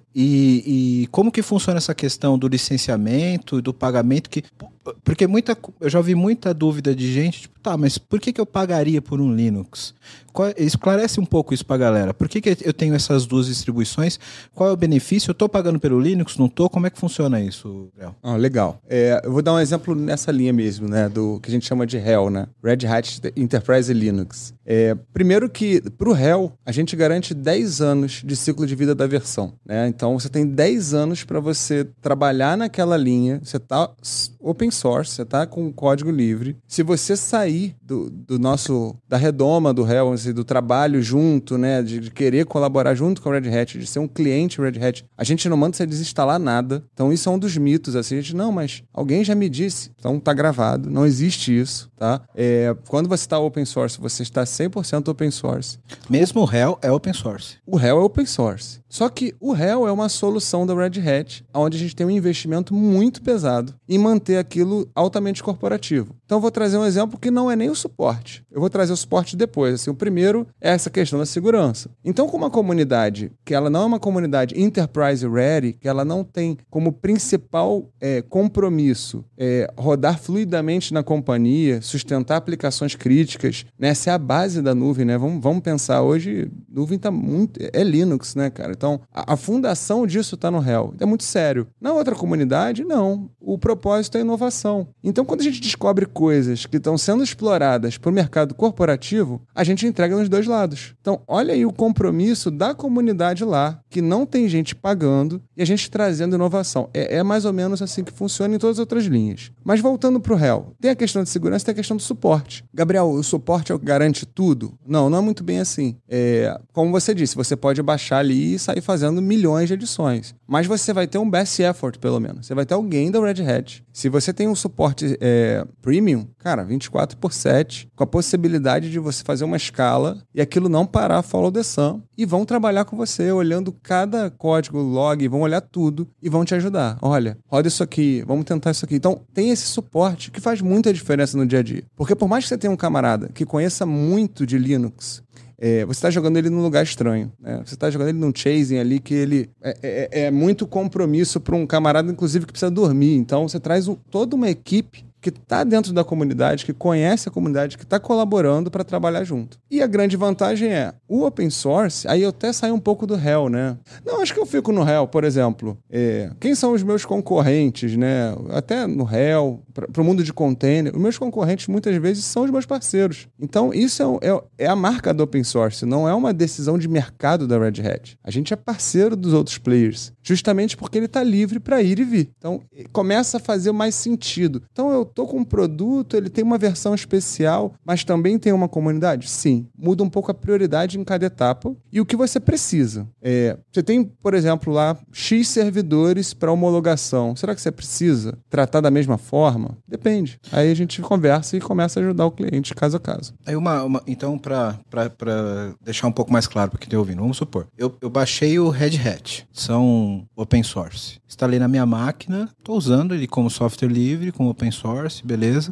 E, e como que funciona essa questão do licenciamento e do pagamento? Que, porque muita, eu já ouvi muita dúvida de gente, tipo, tá, mas por que, que eu pagaria por um Linux? Qual, esclarece um pouco isso pra galera. Por que, que eu tenho essas duas distribuições? Qual é o benefício? Eu tô pagando pelo Linux, não tô? Como é que funciona isso, Gabriel? Ah, legal. É, eu vou dar um exemplo nessa linha mesmo, né? Do que a gente chama de H E L, né? Red Hat Enterprise Linux. É, primeiro que, pro H E L, a gente garante dez anos de ciclo de vida da versão, né? Então, você tem dez anos para você trabalhar naquela linha, você tá open source, você tá com código livre. Se você sair do, do nosso, da redoma do H E L, assim, do trabalho junto, né? De, de querer colaborar junto com a Red Hat, de ser um cliente Red Hat, a gente não manda você desinstalar nada. Então, isso é um dos mitos, assim, a gente, não, mas alguém já me disse, então tá gravado, não existe isso, tá? É, quando você está open source, você está cem por cento open source. Mesmo o H E L é open source. O H E L é open source. Só que o H E L é uma solução da Red Hat, onde a gente tem um investimento muito pesado em manter aquilo altamente corporativo. Então, eu vou trazer um exemplo que não é nem o suporte. Eu vou trazer o suporte depois. Assim, o primeiro é essa questão da segurança. Então, com uma comunidade que ela não é uma comunidade enterprise ready, que ela não tem como principal é, compromisso é, rodar fluidamente na companhia, sustentar aplicações críticas, né? Essa é a base da nuvem, né? Vamos, vamos pensar hoje, nuvem tá muito... é Linux, né, cara? Então, a, a fundação disso está no H E L. É muito sério. Na outra comunidade, não. O propósito é inovação. Então, quando a gente descobre coisas que estão sendo exploradas para o mercado corporativo, a gente entrega nos dois lados. Então, olha aí o compromisso da comunidade lá, que não tem gente pagando, e a gente trazendo inovação. É, é mais ou menos assim que funciona em todas as outras linhas. Mas voltando para o H E L, tem a questão de segurança e tem a questão do suporte. Gabriel, o suporte é o que garante tudo? Não, não é muito bem assim. É, como você disse, você pode baixar ali e sair fazendo milhões de edições. Mas você vai ter um best effort, pelo menos. Você vai ter alguém da Red Hat. Se você tem um suporte é, premium, cara, vinte e quatro por sete, com a possibilidade de você fazer uma escala e aquilo não parar follow the sun, e vão trabalhar com você, olhando cada código, log, vão olhar tudo e vão te ajudar. Olha, roda isso aqui, vamos tentar isso aqui. Então, tem esse suporte que faz muita diferença no dia a dia. Porque por mais que você tenha um camarada que conheça muito de Linux, É, você está jogando ele num lugar estranho, né? Você está jogando ele num chasing ali que ele é, é, é muito compromisso para um camarada, inclusive, que precisa dormir. Então, você traz um, toda uma equipe que está dentro da comunidade, que conhece a comunidade, que está colaborando para trabalhar junto. E a grande vantagem é, o open source, aí eu até saio um pouco do H E L, né? Não, acho que eu fico no H E L, por exemplo. É, quem são os meus concorrentes, né? Até no H E L, para o mundo de container, os meus concorrentes muitas vezes são os meus parceiros. Então, isso é, é, é a marca do open source, não é uma decisão de mercado da Red Hat. A gente é parceiro dos outros players, justamente porque ele está livre para ir e vir. Então, começa a fazer mais sentido. Então, eu estou com um produto, ele tem uma versão especial, mas também tem uma comunidade? Sim. Muda um pouco a prioridade em cada etapa e o que você precisa. É, você tem, por exemplo, lá X servidores para homologação. Será que você precisa tratar da mesma forma? Depende. Aí a gente conversa e começa a ajudar o cliente caso a caso. Aí uma, uma, então, para deixar um pouco mais claro para quem está ouvindo, vamos supor, eu, eu baixei o Red Hat, são open source. Instalei na minha máquina, estou usando ele como software livre, como open source, beleza?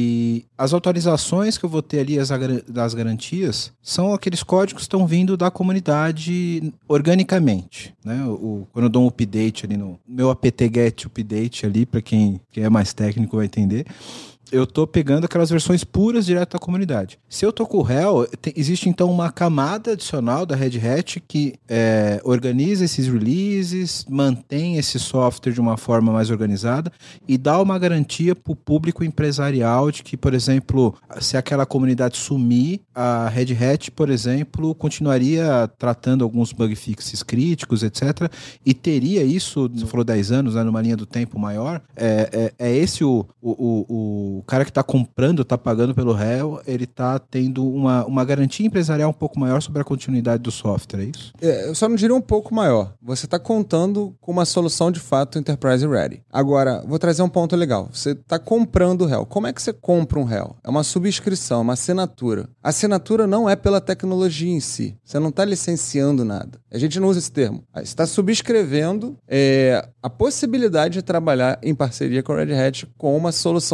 E as atualizações que eu vou ter ali, as das garantias, são aqueles códigos que estão vindo da comunidade organicamente, né? O, quando eu dou um update ali no meu apt-get update ali, para quem, quem é mais técnico vai entender, eu tô pegando aquelas versões puras direto da comunidade. Se eu tô com o H E L, tem, existe então uma camada adicional da Red Hat que é, organiza esses releases, mantém esse software de uma forma mais organizada e dá uma garantia para o público empresarial de que, por exemplo, se aquela comunidade sumir, a Red Hat, por exemplo, continuaria tratando alguns bug fixes críticos, etcétera. E teria isso, você falou dez anos, né, numa linha do tempo maior, é, é, é esse o, o, o, o cara que está comprando, está pagando pelo H E L, ele está tendo uma, uma garantia empresarial um pouco maior sobre a continuidade do software, é isso? É, eu só não diria um pouco maior. Você está contando com uma solução de fato Enterprise Ready. Agora, vou trazer um ponto legal. Você está comprando o H E L. Como é que você compra um H E L? É uma subscrição, uma assinatura. A assinatura não é pela tecnologia em si. Você não está licenciando nada. A gente não usa esse termo. Você está subscrevendo é, a possibilidade de trabalhar em parceria com a Red Hat com uma solução suportada.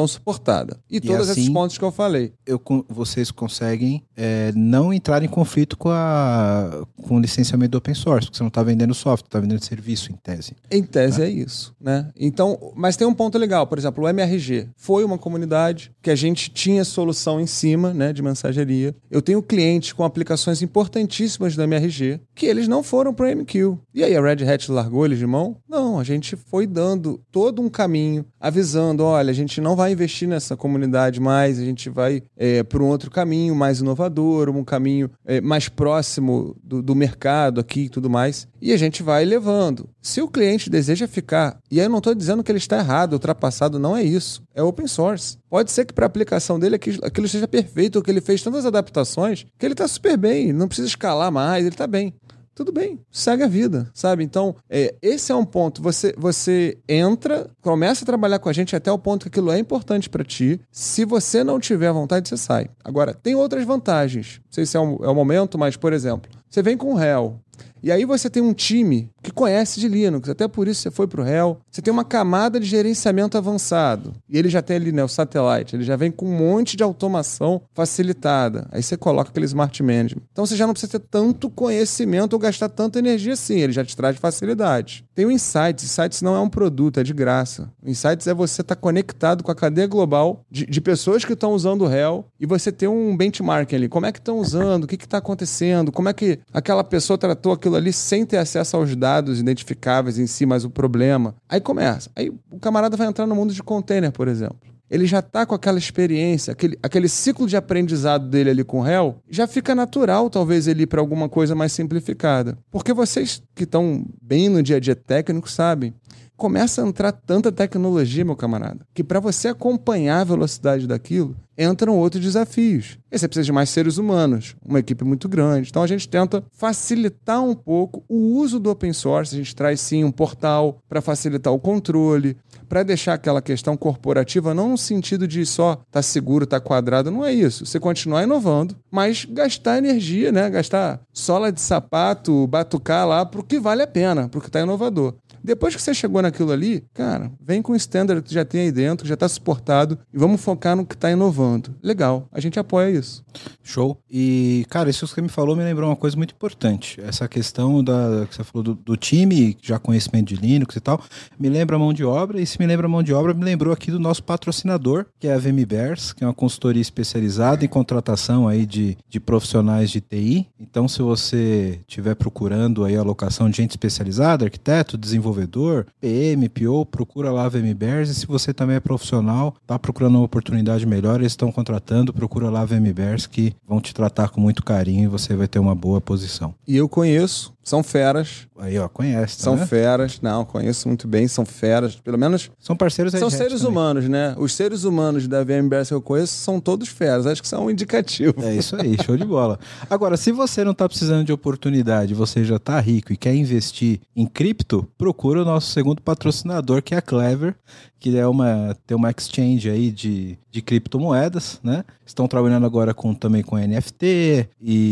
implementada. E, e todos assim, esses pontos que eu falei. Eu, vocês conseguem é, não entrar em conflito com, a, com o licenciamento do open source, porque você não está vendendo software, está vendendo serviço, em tese. Em tese né? é isso. Né? Então, mas tem um ponto legal, por exemplo, o M R G foi uma comunidade que a gente tinha solução em cima, né, de mensageria. Eu tenho clientes com aplicações importantíssimas do M R G que eles não foram para o M Q. E aí a Red Hat largou eles de mão? Não, a gente foi dando todo um caminho, avisando, olha, a gente não vai investir nessa comunidade mais, a gente vai é, para um outro caminho mais inovador, um caminho é, mais próximo do, do mercado aqui e tudo mais. E a gente vai levando. Se o cliente deseja ficar, e aí eu não estou dizendo que ele está errado, ultrapassado, não é isso. É open source. Pode ser que para a aplicação dele aquilo, aquilo seja perfeito, ou que ele fez tantas adaptações, que ele está super bem, não precisa escalar mais, ele está bem. Tudo bem, segue a vida, sabe? Então, é, esse é um ponto. Você, você entra, começa a trabalhar com a gente até o ponto que aquilo é importante para ti. Se você não tiver vontade, você sai. Agora, tem outras vantagens. Não sei se é o, é o momento, mas, por exemplo, você vem com o réu. E aí você tem um time que conhece de Linux, até por isso você foi para o réu. Você tem uma camada de gerenciamento avançado. E ele já tem ali, né, o satellite, ele já vem com um monte de automação facilitada. Aí você coloca aquele smart management. Então você já não precisa ter tanto conhecimento ou gastar tanta energia assim, ele já te traz facilidade. Tem o Insights, Insights não é um produto, é de graça. O Insights é você estar conectado com a cadeia global de, de pessoas que estão usando o réu e você ter um benchmark ali. Como é que estão usando, o que está acontecendo, como é que aquela pessoa tratou aquilo ali sem ter acesso aos dados identificáveis em si, mas o problema. Aí começa. Aí o camarada vai entrar no mundo de container, por exemplo. Ele já está com aquela experiência, aquele, aquele ciclo de aprendizado dele ali com o réu, já fica natural, talvez, ele ir para alguma coisa mais simplificada. Porque vocês que estão bem no dia a dia técnico sabem, começa a entrar tanta tecnologia, meu camarada, que para você acompanhar a velocidade daquilo, entram outros desafios. E você precisa de mais seres humanos, uma equipe muito grande. Então a gente tenta facilitar um pouco o uso do open source. A gente traz sim um portal para facilitar o controle, para deixar aquela questão corporativa, não no sentido de só estar tá seguro, estar tá quadrado, não é isso. Você continuar inovando, mas gastar energia, né? Gastar sola de sapato, batucar lá para o que vale a pena, para o que está inovador. Depois que você chegou naquilo ali, cara, vem com o standard que já tem aí dentro, que já está suportado, e vamos focar no que está inovando. Legal, a gente apoia isso. Show. E, cara, isso que você me falou me lembrou uma coisa muito importante. Essa questão da, que você falou do, do time, já conhecimento de Linux e tal, me lembra a mão de obra, e se me lembra a mão de obra, me lembrou aqui do nosso patrocinador, que é a VMBears, que é uma consultoria especializada em contratação aí de, de profissionais de T I. Então, se você estiver procurando aí a alocação de gente especializada, arquiteto, desenvolvedor, desenvolvedor, P M, P O, procura lá a VMBears, e se você também é profissional, tá procurando uma oportunidade melhor, eles estão contratando, procura lá a VMBears, que vão te tratar com muito carinho e você vai ter uma boa posição. E eu conheço, são feras. Aí, ó, conhece, tá, São né? feras, não, conheço muito bem, são feras, pelo menos... São parceiros São seres também. Humanos, né? Os seres humanos da VMBears que eu conheço são todos feras, acho que são um indicativo. É isso aí, show de bola. Agora, se você não tá precisando de oportunidade, você já tá rico e quer investir em cripto, procura o nosso segundo patrocinador, que é a Clever, que é uma, tem uma exchange aí de, de criptomoedas, né? Estão trabalhando agora com, também com N F T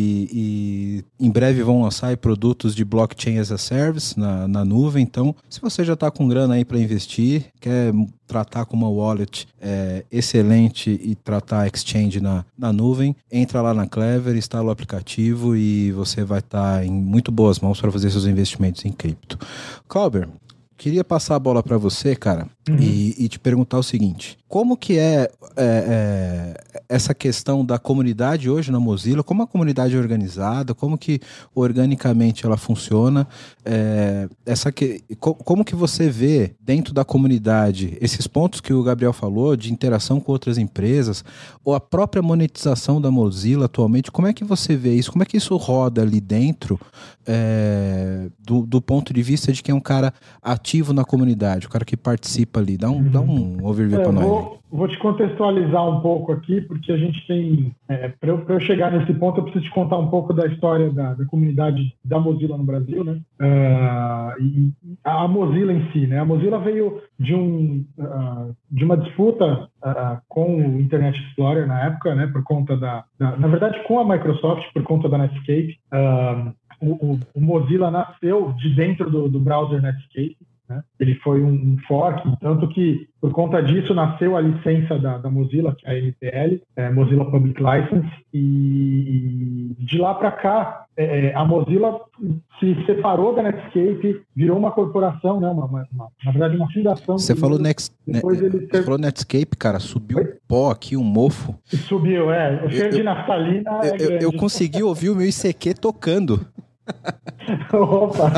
e, e em breve vão lançar aí produtos de blockchain as a service na, na nuvem. Então, se você já está com grana aí para investir, quer tratar com uma wallet é, excelente e tratar a exchange na, na nuvem, entra lá na Clever, instala o aplicativo e você vai estar tá em muito boas mãos para fazer seus investimentos em cripto. Clauber, queria passar a bola para você, cara, uhum. e, e te perguntar o seguinte: como que é, é, é essa questão da comunidade hoje na Mozilla? Como a comunidade é organizada? Como que organicamente ela funciona? É, essa que, como que você vê dentro da comunidade esses pontos que o Gabriel falou de interação com outras empresas ou a própria monetização da Mozilla atualmente? Como é que você vê isso? Como é que isso roda ali dentro é, do, do ponto de vista de quem é um cara ativo na comunidade, o cara que participa ali? Dá um, uhum. dá um overview é, para nós. Vou, vou te contextualizar um pouco aqui, porque a gente tem... É, para eu, eu chegar nesse ponto, eu preciso te contar um pouco da história da, da comunidade da Mozilla no Brasil, né? Uh, e a Mozilla em si, né? A Mozilla veio de, um, uh, de uma disputa uh, com o Internet Explorer na época, né? Por conta da, da... Na verdade, com a Microsoft, por conta da Netscape. Uh, o, o, o Mozilla nasceu de dentro do, do browser Netscape. né? Ele foi um, um fork, tanto que por conta disso nasceu a licença da, da Mozilla, que é a M P L, é, Mozilla Public License, e de lá para cá é, a Mozilla se separou da Netscape, virou uma corporação, né? uma, uma, uma, na verdade uma fundação. Você falou, Next, depois né, ele você falou Netscape, cara, subiu o pó aqui, um mofo. Subiu, é. O cheiro de naftalina eu, é grande. Eu, eu consegui ouvir o meu I C Q tocando. Opa!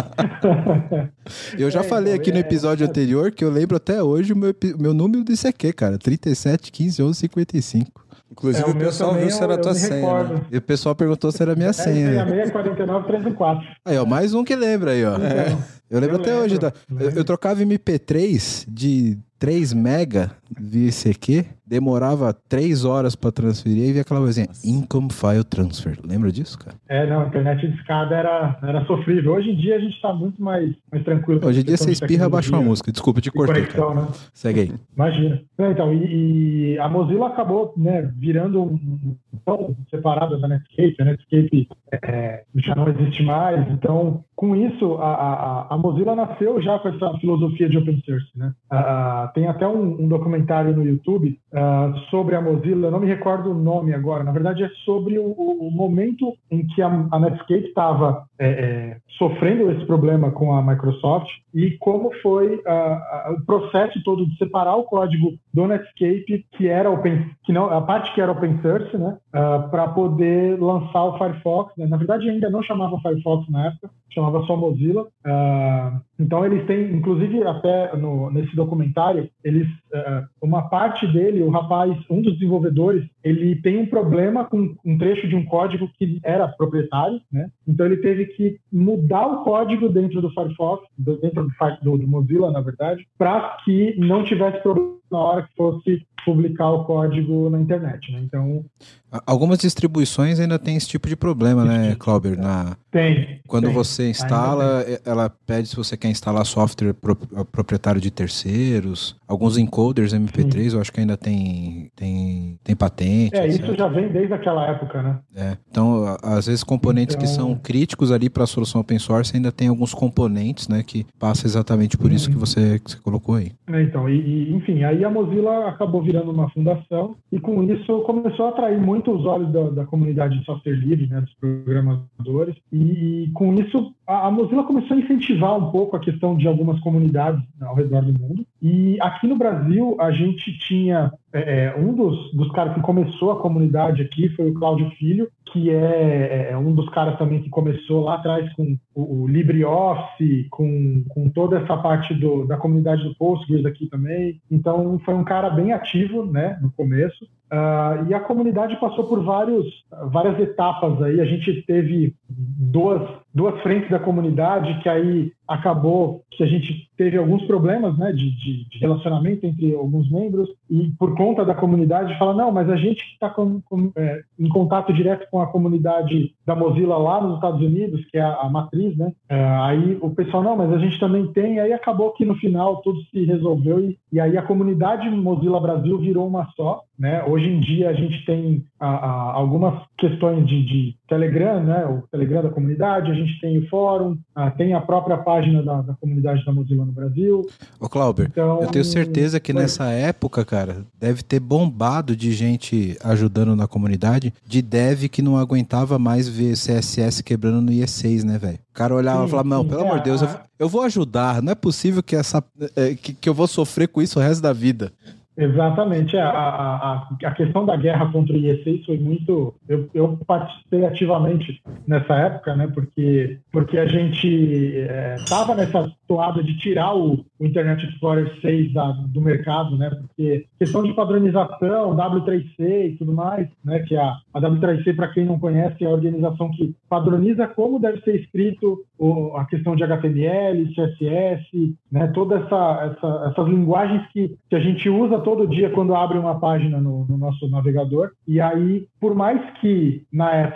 Eu já é, falei aqui é, no episódio é, anterior que eu lembro até hoje o meu, meu número do I C Q, cara, trinta e sete, quinze, onze, cinquenta e cinco. Inclusive é, o, o pessoal viu se era a tua senha, né? E o pessoal perguntou se era a minha é, senha. É, seis quatro nove três um quatro. Aí, ó, mais um que lembra aí, ó. É. Eu lembro eu até lembro, hoje. Da, eu, eu trocava M P três de três mega via I C Q, demorava três horas pra transferir e via aquela coisinha, Income File Transfer. Lembra disso, cara? É, não, a internet de escada era, era sofrível. Hoje em dia a gente tá muito mais, mais tranquilo. Hoje em dia você espirra, baixa uma música. Desculpa, te cortei, conexão, cara. Né? Segue aí. Imagina. Então, e, e a Mozilla acabou, né, virando um tão separada da Netscape. A Netscape é, já não existe mais. Então, com isso, a, a, a Mozilla nasceu já com essa filosofia de open source, né? Uh, tem até um, um documentário no YouTube uh, sobre a Mozilla, eu não me recordo o nome agora, na verdade é sobre o, o momento em que a, a Netscape estava é, é, sofrendo esse problema com a Microsoft e como foi uh, uh, o processo todo de separar o código do Netscape, que era open, que não, a parte que era open source, né, uh, para poder lançar o Firefox, né? Na verdade ainda não chamava Firefox na época, chamava só Mozilla. Uh, então eles têm, inclusive até no, nesse documentário, eles, uh, uma parte dele, o rapaz, um dos desenvolvedores, ele tem um problema com um trecho de um código que era proprietário, né? Então ele teve que mudar o código dentro do Firefox, dentro do, do, do Mozilla, na verdade, para que não tivesse problema na hora que fosse publicar o código na internet, né? Então, algumas distribuições ainda tem esse tipo de problema, né, Clauber? Na... Tem. Quando tem. você instala, ela pede se você quer instalar software pro... proprietário de terceiros. Alguns encoders M P três, Sim. eu acho que ainda tem, tem, tem patente. É, etcétera. Isso já vem desde aquela época, né? É. Então, às vezes, componentes então... que são críticos ali para a solução open source ainda tem alguns componentes, né, que passa exatamente por isso uhum. que, você, que você colocou aí. É, então, e, e, enfim, aí a Mozilla acabou virando uma fundação e com isso começou a atrair muito os olhos da, da comunidade de software livre, né, dos programadores, e, e com isso a, a Mozilla começou a incentivar um pouco a questão de algumas comunidades ao redor do mundo. E aqui no Brasil a gente tinha é, um dos, dos caras que começou a comunidade aqui foi o Cláudio Filho, que é, é um dos caras também que começou lá atrás com o, o LibreOffice, com, com toda essa parte do, da comunidade do Postgres aqui também. Então foi um cara bem ativo, né, no começo. Uh, e a comunidade passou por vários, várias etapas aí. A gente teve duas, duas frentes da comunidade que aí acabou que a gente teve alguns problemas, né, de, de, de relacionamento entre alguns membros e por conta da comunidade fala, não, mas a gente está com, com, é, em contato direto com a comunidade da Mozilla lá nos Estados Unidos, que é a, a matriz, né? É, aí o pessoal, não, mas a gente também tem. Aí acabou que no final tudo se resolveu e, e aí a comunidade Mozilla Brasil virou uma só, né? Hoje em dia a gente tem a, a, algumas questões de, de Telegram, né? O Telegram da comunidade, a gente tem o fórum, a, tem a própria página da, da comunidade da Mozilla no Brasil. Ô Clauber, então, eu tenho certeza que foi. nessa época, cara, deve ter bombado de gente ajudando na comunidade, de dev que não aguentava mais ver C S S quebrando no I E seis, né, velho? O cara olhava sim, e falava, não, sim, pelo é, amor de Deus, a... eu, vou, eu vou ajudar, não é possível que, essa, que, que eu vou sofrer com isso o resto da vida. Exatamente, é, a, a, a questão da guerra contra o I E seis foi muito... Eu, eu participei ativamente nessa época, né, porque, porque a gente estava é, nessa toada de tirar o, o Internet Explorer seis da, do mercado, né, porque questão de padronização, W três C e tudo mais, né, que a, a W três C, para quem não conhece, é a organização que padroniza como deve ser escrito o, a questão de H T M L, C S S, né, todas essa, essa, essas linguagens que, que a gente usa todo dia quando abre uma página no, no nosso navegador. E aí, por mais que, na época,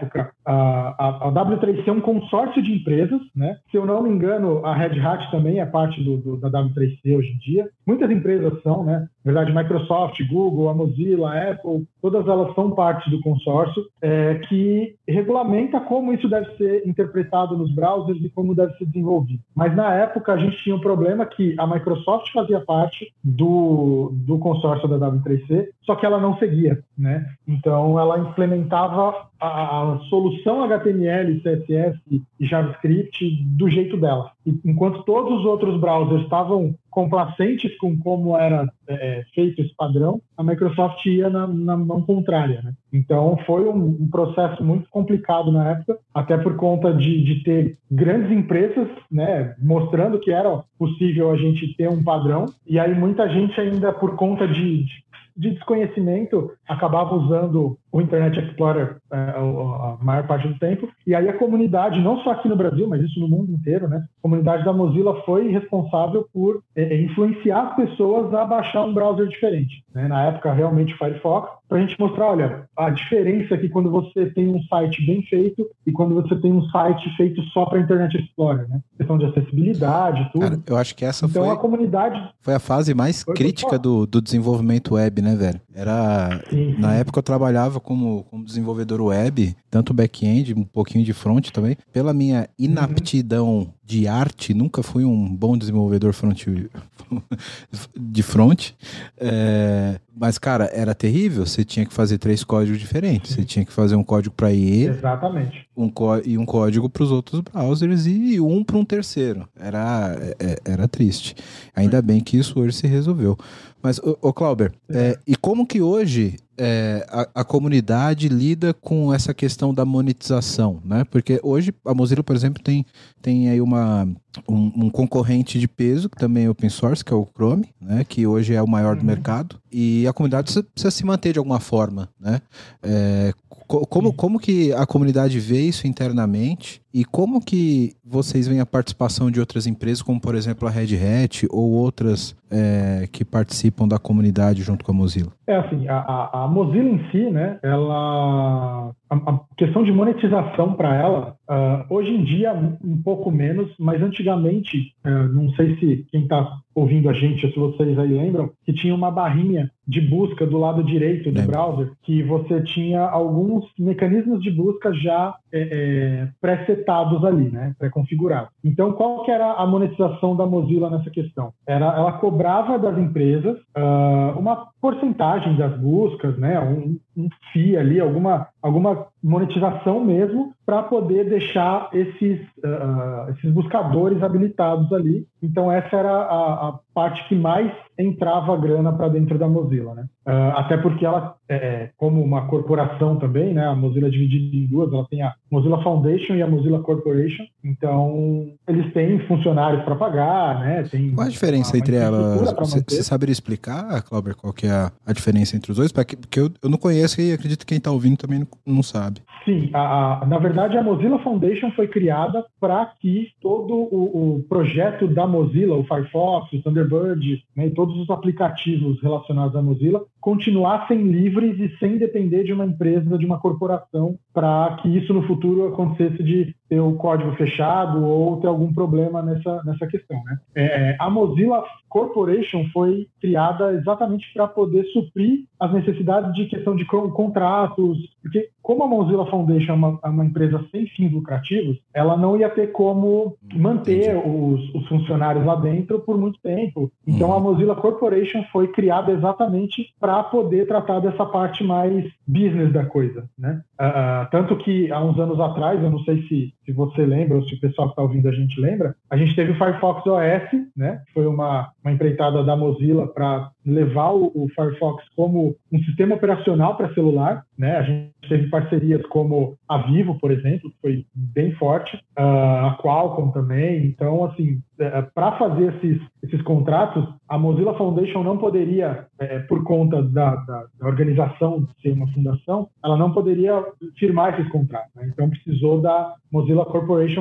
a, a W três C é um consórcio de empresas, né? Se eu não me engano, a Red Hat também é parte do, do, da W três C hoje em dia. Muitas empresas são, né? Na verdade, Microsoft, Google, a Mozilla, a Apple, todas elas são parte do consórcio é, que regulamenta como isso deve ser interpretado nos browsers e como deve ser desenvolvido. Mas na época a gente tinha um problema que a Microsoft fazia parte do, do consórcio da W três C, só que ela não seguia, né? Então ela implementava a, a solução H T M L, C S S e JavaScript do jeito dela. E, enquanto todos os outros browsers estavam complacentes com como era é, feito esse padrão, a Microsoft ia na, na mão contrária, né? Então foi um, um processo muito complicado na época, até por conta de, de ter grandes empresas, né, mostrando que era possível a gente ter um padrão, e aí muita gente ainda por conta de, de de desconhecimento, acabava usando o Internet Explorer é, a maior parte do tempo. E aí a comunidade, não só aqui no Brasil, mas isso no mundo inteiro, né? A comunidade da Mozilla foi responsável por é, influenciar as pessoas a baixar um browser diferente, né? Na época, realmente, o Firefox, para a gente mostrar, olha, a diferença aqui quando você tem um site bem feito e quando você tem um site feito só para Internet Explorer, né? Questão de acessibilidade, tudo. Cara, eu acho que essa então, foi, a comunidade... foi a fase mais foi crítica do, do desenvolvimento web, né, velho? Era... Sim, sim. Na época eu trabalhava como, como desenvolvedor web, tanto back-end, um pouquinho de front também. Pela minha inaptidão uhum. de arte, nunca fui um bom desenvolvedor front, de front. É, mas, cara, era terrível. Você tinha que fazer três códigos diferentes. Sim. Você tinha que fazer um código para I E. Exatamente. Um có- e um código para os outros browsers e um para um terceiro. Era, é, era triste. Ainda bem que isso hoje se resolveu. Mas, ô, ô Clauber, é, e como que hoje é, a, a comunidade lida com essa questão da monetização, né? Porque hoje a Mozilla, por exemplo, tem, tem aí uma, um, um concorrente de peso, que também é open source, que é o Chrome, né? Que hoje é o maior do uhum. mercado. E a comunidade precisa, precisa se manter de alguma forma, né? É, Como, como que a comunidade vê isso internamente e como que vocês veem a participação de outras empresas, como por exemplo a Red Hat ou outras é, que participam da comunidade junto com a Mozilla? É assim, a, a Mozilla em si, né, ela... A, a questão de monetização para ela, uh, hoje em dia um pouco menos, mas antigamente, uh, não sei se quem está ouvindo a gente, ou se vocês aí lembram, que tinha uma barrinha de busca do lado direito do Lembra. browser, que você tinha alguns mecanismos de busca já é, é, pré-setados ali, né, pré-configurados. Então, qual que era a monetização da Mozilla nessa questão? Era, ela cobrava das empresas uh, uma porcentagem das buscas, né, um, um fee ali, alguma, alguma monetização mesmo, para poder deixar esses, uh, esses buscadores habilitados ali. Então, essa era a, a parte que mais entrava grana para dentro da Mozilla, né? Uh, até porque ela, é, como uma corporação também, né? A Mozilla é dividida em duas, ela tem a Mozilla Foundation e a Mozilla Corporation. Então, eles têm funcionários para pagar, né? Tem qual a diferença uma, entre elas? Você, você saberia explicar, Clauber, qual que é a, a diferença entre os dois? Porque eu, eu não conheço e acredito que quem está ouvindo também não, não sabe. Sim, a, a, na verdade a Mozilla Foundation foi criada para que todo o, o projeto da Mozilla, o Firefox, o Thunderbird, né, e todos os aplicativos relacionados à Mozilla continuassem livres e sem depender de uma empresa, de uma corporação, para que isso no futuro acontecesse de ter o código fechado ou ter algum problema nessa, nessa questão, né? É, a Mozilla Corporation foi criada exatamente para poder suprir as necessidades de questão de contratos, porque como a Mozilla Foundation é uma, é uma empresa sem fins lucrativos, ela não ia ter como manter os, os funcionários lá dentro por muito tempo. Então a Mozilla Corporation foi criada exatamente para poder tratar dessa parte mais business da coisa, né? Uh, tanto que há uns anos atrás, eu não sei se, se você lembra ou se o pessoal que está ouvindo a gente lembra, a gente teve o Firefox O S, né? Foi uma, uma empreitada da Mozilla para levar o, o Firefox como um sistema operacional para celular, né? A gente teve parcerias como a Vivo, por exemplo, que foi bem forte, uh, a Qualcomm também. Então, assim, uh, para fazer esses, esses contratos, a Mozilla Foundation não poderia, uh, por conta da, da, da organização de ser uma fundação, ela não poderia firmar esses contratos, né? Então, precisou da Mozilla Corporation para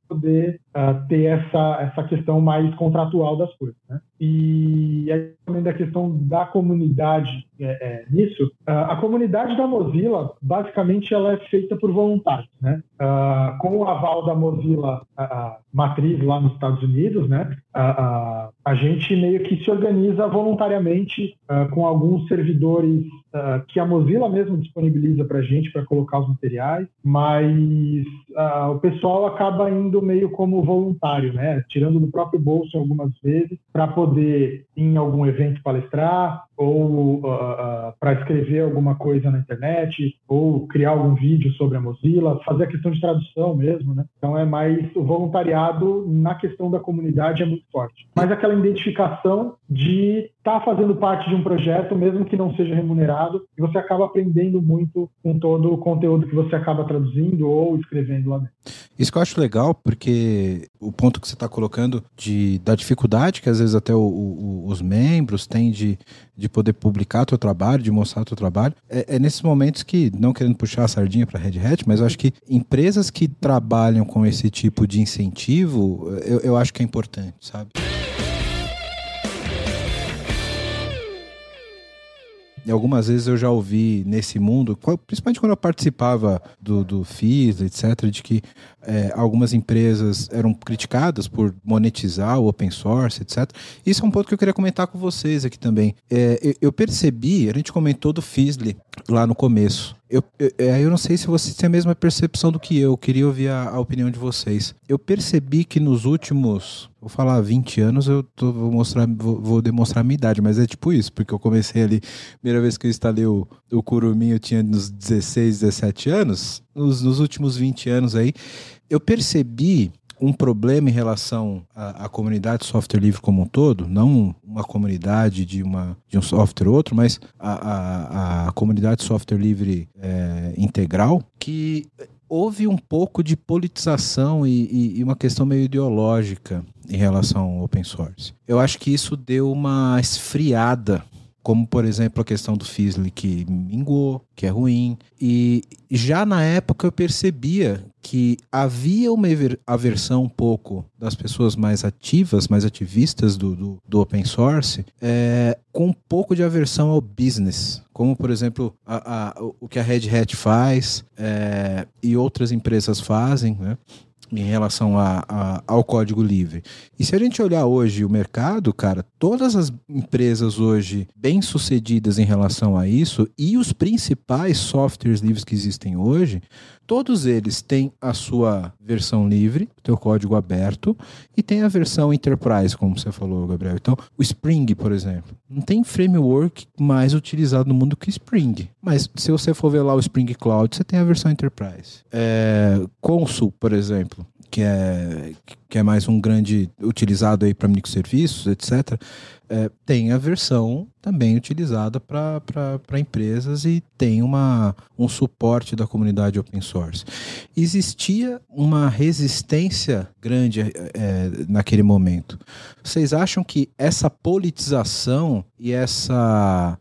poder uh, ter essa, essa questão mais contratual das coisas, né? E aí, também da questão da comunidade é, é, nisso, uh, a comunidade da Mozilla, basicamente, ela é feita por voluntários, né? Uh, com o aval da Mozilla a, a matriz lá nos Estados Unidos, né? A, a, a gente meio que se organiza voluntariamente uh, com alguns servidores uh, que a Mozilla mesmo disponibiliza para a gente para colocar os materiais, mas uh, o pessoal acaba indo meio como voluntário, né? Tirando do próprio bolso algumas vezes para poder ir em algum evento palestrar ou uh, uh, para escrever alguma coisa na internet ou criar algum vídeo sobre a Mozilla, fazer a questão de tradução mesmo, né? Então é mais o voluntariado na questão da comunidade é muito forte. Mas aquela identificação de estar tá fazendo parte de um projeto, mesmo que não seja remunerado, e você acaba aprendendo muito com todo o conteúdo que você acaba traduzindo ou escrevendo lá dentro. Isso que eu acho legal, porque o ponto que você está colocando de, da dificuldade que às vezes até o, o, os membros têm de, de poder publicar teu trabalho, de mostrar teu trabalho, é, é nesses momentos que, não querendo puxar a sardinha para a Red Hat, mas eu acho que empresas que trabalham com esse tipo de incentivo, eu, eu acho que é importante, sabe? E algumas vezes eu já ouvi nesse mundo, principalmente quando eu participava do, do F I S, etcétera, de que é, algumas empresas eram criticadas por monetizar o open source, etcétera. Isso é um ponto que eu queria comentar com vocês aqui também. É, eu percebi, a gente comentou do Fizzly lá no começo. Eu, eu, eu não sei se vocês têm a mesma percepção do que eu, eu queria ouvir a, a opinião de vocês. Eu percebi que nos últimos, vou falar vinte anos, eu tô, vou, mostrar, vou, vou demonstrar a minha idade, mas é tipo isso, porque eu comecei ali, primeira vez que eu instalei o, o Kurumin, eu tinha uns dezesseis, dezessete anos, nos, nos últimos vinte anos aí, eu percebi um problema em relação à, à comunidade de software livre como um todo, não uma comunidade de, uma, de um software ou outro, mas a, a, a comunidade de software livre é, integral, que houve um pouco de politização e, e, e uma questão meio ideológica em relação ao open source. Eu acho que isso deu uma esfriada, como, por exemplo, a questão do Fizzly, que minguou, que é ruim. E já na época eu percebia que havia uma aversão um pouco das pessoas mais ativas, mais ativistas do, do, do open source, é, com um pouco de aversão ao business. Como, por exemplo, a, a, o que a Red Hat faz é, e outras empresas fazem, né? Em relação a, a, ao código livre. E se a gente olhar hoje o mercado, cara, todas as empresas hoje bem-sucedidas em relação a isso e os principais softwares livres que existem hoje, todos eles têm a sua versão livre, o teu código aberto, e tem a versão Enterprise, como você falou, Gabriel. Então, o Spring, por exemplo, não tem framework mais utilizado no mundo que Spring. Mas se você for ver lá o Spring Cloud, você tem a versão Enterprise. É, Consul, por exemplo, que é, que é mais um grande utilizado aí para microserviços, etcétera, é, tem a versão também utilizada para empresas e tem uma, um suporte da comunidade open source. Existia uma resistência grande é, naquele momento. Vocês acham que essa politização e essa...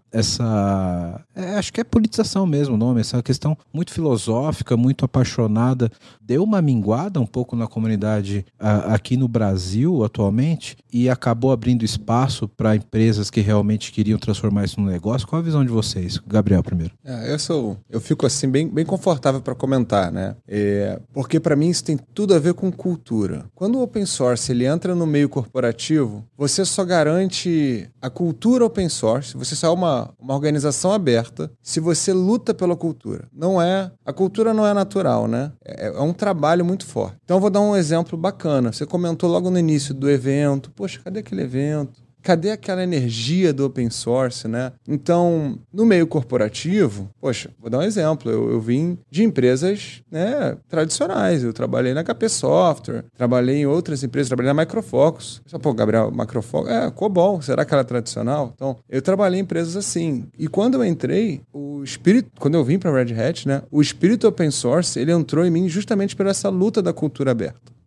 essa é, acho que é politização mesmo o nome, essa questão muito filosófica, muito apaixonada, deu uma minguada um pouco na comunidade a, aqui no Brasil atualmente e acabou abrindo espaço para empresas que realmente queriam transformar isso num negócio? Qual a visão de vocês? Gabriel, primeiro. É, eu sou, eu fico assim bem, bem confortável para comentar, né? É, porque para mim isso tem tudo a ver com cultura. Quando o open source ele entra no meio corporativo, você só garante a cultura open source, você só é uma, uma organização aberta se você luta pela cultura. Não é, a cultura não é natural, né? É, é um trabalho muito forte. Então eu vou dar um exemplo bacana. Você comentou logo no início do evento, poxa, cadê aquele evento? Cadê aquela energia do open source, né? Então, no meio corporativo, poxa, vou dar um exemplo. Eu, eu vim de empresas, né, tradicionais. Eu trabalhei na H P Software, trabalhei em outras empresas, trabalhei na Microfocus. Pô, Gabriel, Microfocus, é, Cobol, será que ela é tradicional? Então, eu trabalhei em empresas assim. E quando eu entrei, o espírito, quando eu vim para a Red Hat, né, o espírito open source, ele entrou em mim justamente por essa luta da cultura aberta.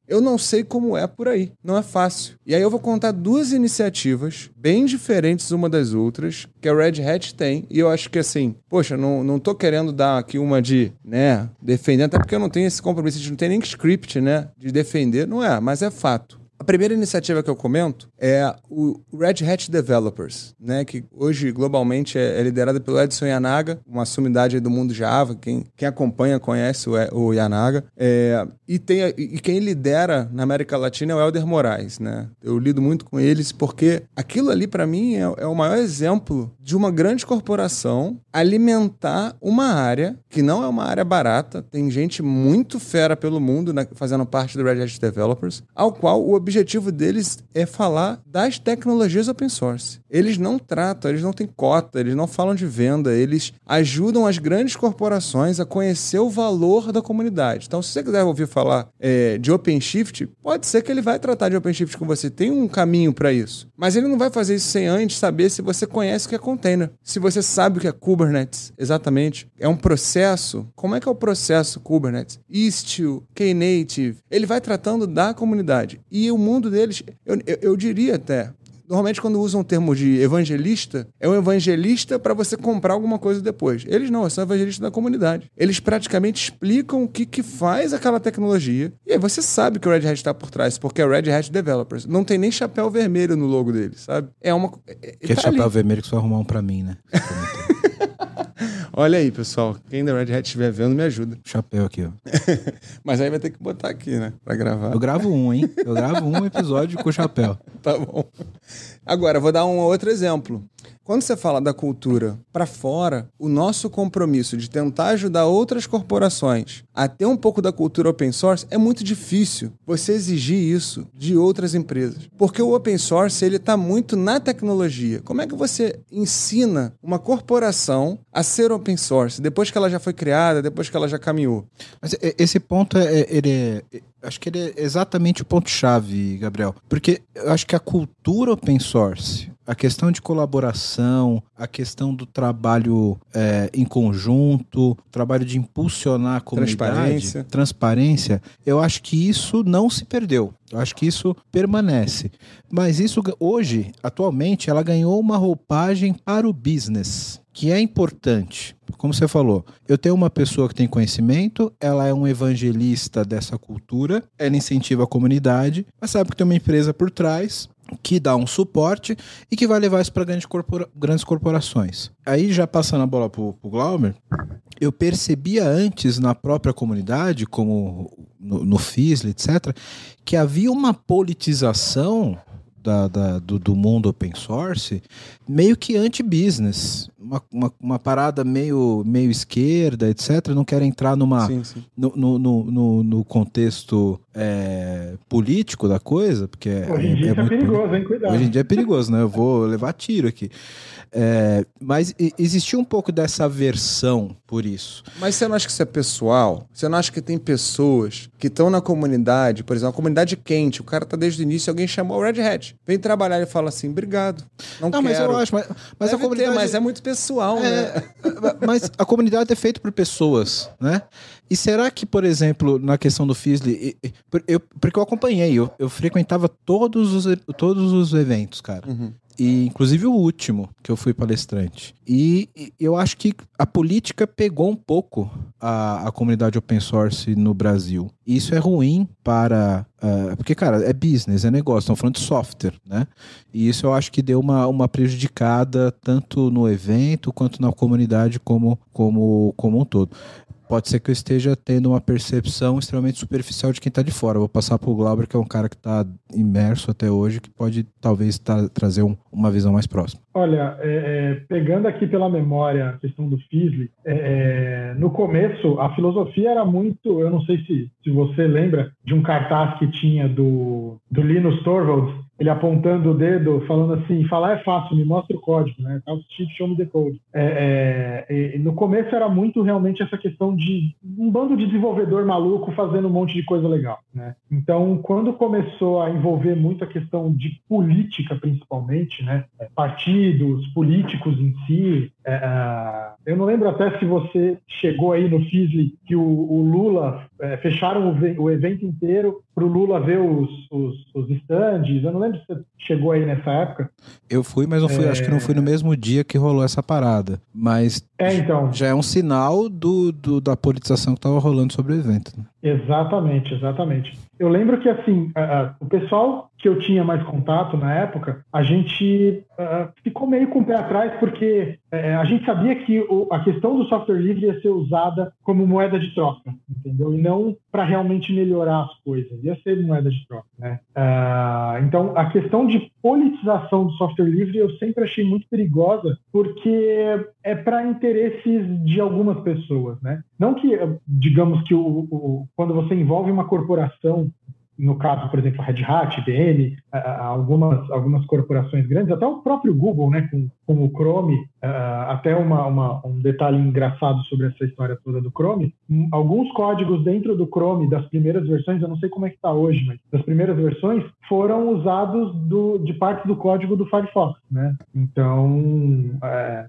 Eu não sei como é por aí, não é fácil. E aí eu vou contar duas iniciativas bem diferentes uma das outras que a Red Hat tem, e eu acho que assim, poxa, não, não tô querendo dar aqui uma de, né, defender, até porque eu não tenho esse compromisso, a gente não tem nem script, né, de defender, não é, mas é fato. A primeira iniciativa que eu comento é o Red Hat Developers, né, que hoje globalmente é, é liderada pelo Edson Yanaga, uma sumidade do mundo Java, quem, quem acompanha conhece o, o Yanaga, é, e, tem, e quem lidera na América Latina é o Helder Moraes, né? Eu lido muito com eles porque aquilo ali para mim é, é o maior exemplo de uma grande corporação alimentar uma área que não é uma área barata, tem gente muito fera pelo mundo, né, fazendo parte do Red Hat Developers, ao qual o objetivo O objetivo deles é falar das tecnologias open source. Eles não tratam, eles não têm cota, eles não falam de venda, eles ajudam as grandes corporações a conhecer o valor da comunidade. Então, se você quiser ouvir falar é, de OpenShift, pode ser que ele vai tratar de OpenShift com você. Tem um caminho para isso. Mas ele não vai fazer isso sem antes saber se você conhece o que é container. Se você sabe o que é Kubernetes, exatamente. É um processo. Como é que é o processo Kubernetes? Istio, Knative. Ele vai tratando da comunidade. E o mundo deles, eu, eu, eu diria até, normalmente quando usam o termo de evangelista, é um evangelista para você comprar alguma coisa depois. Eles não, são evangelistas da comunidade. Eles praticamente explicam o que, que faz aquela tecnologia. E aí você sabe que o Red Hat está por trás, porque é Red Hat Developers. Não tem nem chapéu vermelho no logo deles, sabe? É uma... É, que é tá chapéu ali. vermelho que você vai arrumar um para mim, né? Olha aí, pessoal. Quem da Red Hat estiver vendo, me ajuda. Chapéu aqui, ó. Mas aí vai ter que botar aqui, né? Pra gravar. Eu gravo um, hein? Eu gravo um episódio com chapéu. Tá bom. Agora, eu vou dar um outro exemplo. Quando você fala da cultura para fora, o nosso compromisso de tentar ajudar outras corporações a ter um pouco da cultura open source é muito difícil você exigir isso de outras empresas. Porque o open source ele está muito na tecnologia. Como é que você ensina uma corporação a ser open source depois que ela já foi criada, depois que ela já caminhou? Mas esse ponto, é, ele é, acho que ele é exatamente o ponto-chave, Gabriel. Porque eu acho que a cultura open source, a questão de colaboração, a questão do trabalho é, em conjunto, o trabalho de impulsionar a comunidade, transparência. transparência, eu acho que isso não se perdeu. Eu acho que isso permanece. Mas isso hoje, atualmente, ela ganhou uma roupagem para o business, que é importante. Como você falou, eu tenho uma pessoa que tem conhecimento, ela é um evangelista dessa cultura, ela incentiva a comunidade, mas sabe que tem uma empresa por trás que dá um suporte e que vai levar isso para grandes, corpora- grandes corporações. Aí, já passando a bola para o Glauber, eu percebia antes na própria comunidade, como no, no Fizzly, etcétera, que havia uma politização da, da, do, do mundo open source meio que anti-business. Uma, uma, uma parada meio, meio esquerda, etcétera. Não quero entrar numa, Sim, sim. No, no, no, no contexto é, político da coisa, porque Hoje em é, dia é é, muito perigoso, poli- hein? Cuidado. Hoje em dia é perigoso, né? Eu vou levar tiro aqui. É, mas e- existiu um pouco dessa aversão por isso. Mas você não acha que isso é pessoal? Você não acha que tem pessoas que estão na comunidade, por exemplo, a comunidade quente, o cara tá desde o início, alguém chamou o Red Hat, vem trabalhar e fala assim, obrigado, não, Não, quero. mas eu acho... Mas, mas a Deve comunidade... ter, mas é muito pessoal, né? É, mas a comunidade é feita por pessoas, né? E será que, por exemplo, na questão do Fizzly, eu, porque eu acompanhei, eu, eu frequentava todos os, todos os eventos, cara. Uhum. E, inclusive o último, que eu fui palestrante. E, e eu acho que a política pegou um pouco a, a comunidade open source no Brasil. E isso é ruim para... Uh, porque, cara, é business, é negócio, estão falando de software, né? E isso eu acho que deu uma, uma prejudicada tanto no evento quanto na comunidade como, como, como um todo. Pode ser que eu esteja tendo uma percepção extremamente superficial de quem está de fora. Eu vou passar para o Glauber, que é um cara que está imerso até hoje, que pode talvez tá, trazer um, uma visão mais próxima. Olha, é, é, pegando aqui pela memória a questão do Fizzly, é, é, no começo a filosofia era muito, eu não sei se, se você lembra de um cartaz que tinha do, do Linus Torvalds, ele apontando o dedo, falando assim, falar é fácil, me mostra o código, né? Show me the code. É, é, no começo era muito realmente essa questão de um bando de desenvolvedor maluco fazendo um monte de coisa legal, né? Então, quando começou a envolver muito a questão de política, principalmente, né? Partidos, políticos em si, É, uh, eu não lembro até se você chegou aí no Fizzly que o, o Lula, é, fecharam o, o evento inteiro para o Lula ver os, os, os stands. Eu não lembro se você chegou aí nessa época. Eu fui, mas não fui, é... acho que não fui no mesmo dia que rolou essa parada. Mas é, então, já é um sinal do, do, da politização que estava rolando sobre o evento. Né? Exatamente, exatamente. Eu lembro que, assim, uh, uh, o pessoal que eu tinha mais contato na época, a gente uh, ficou meio com o pé atrás, porque uh, a gente sabia que o, a questão do software livre ia ser usada como moeda de troca, entendeu? E não para realmente melhorar as coisas, ia ser moeda de troca, né? Uh, então, a questão de politização do software livre eu sempre achei muito perigosa, porque é para interesses de algumas pessoas, né? Não que, digamos que o, o, quando você envolve uma corporação, no caso, por exemplo, a Red Hat, I B M, algumas, algumas corporações grandes, até o próprio Google, né, com, com o Chrome, até uma, uma, um detalhe engraçado sobre essa história toda do Chrome, alguns códigos dentro do Chrome, das primeiras versões, eu não sei como é que está hoje, mas das primeiras versões, foram usados do, de parte do código do Firefox, né? Então, é,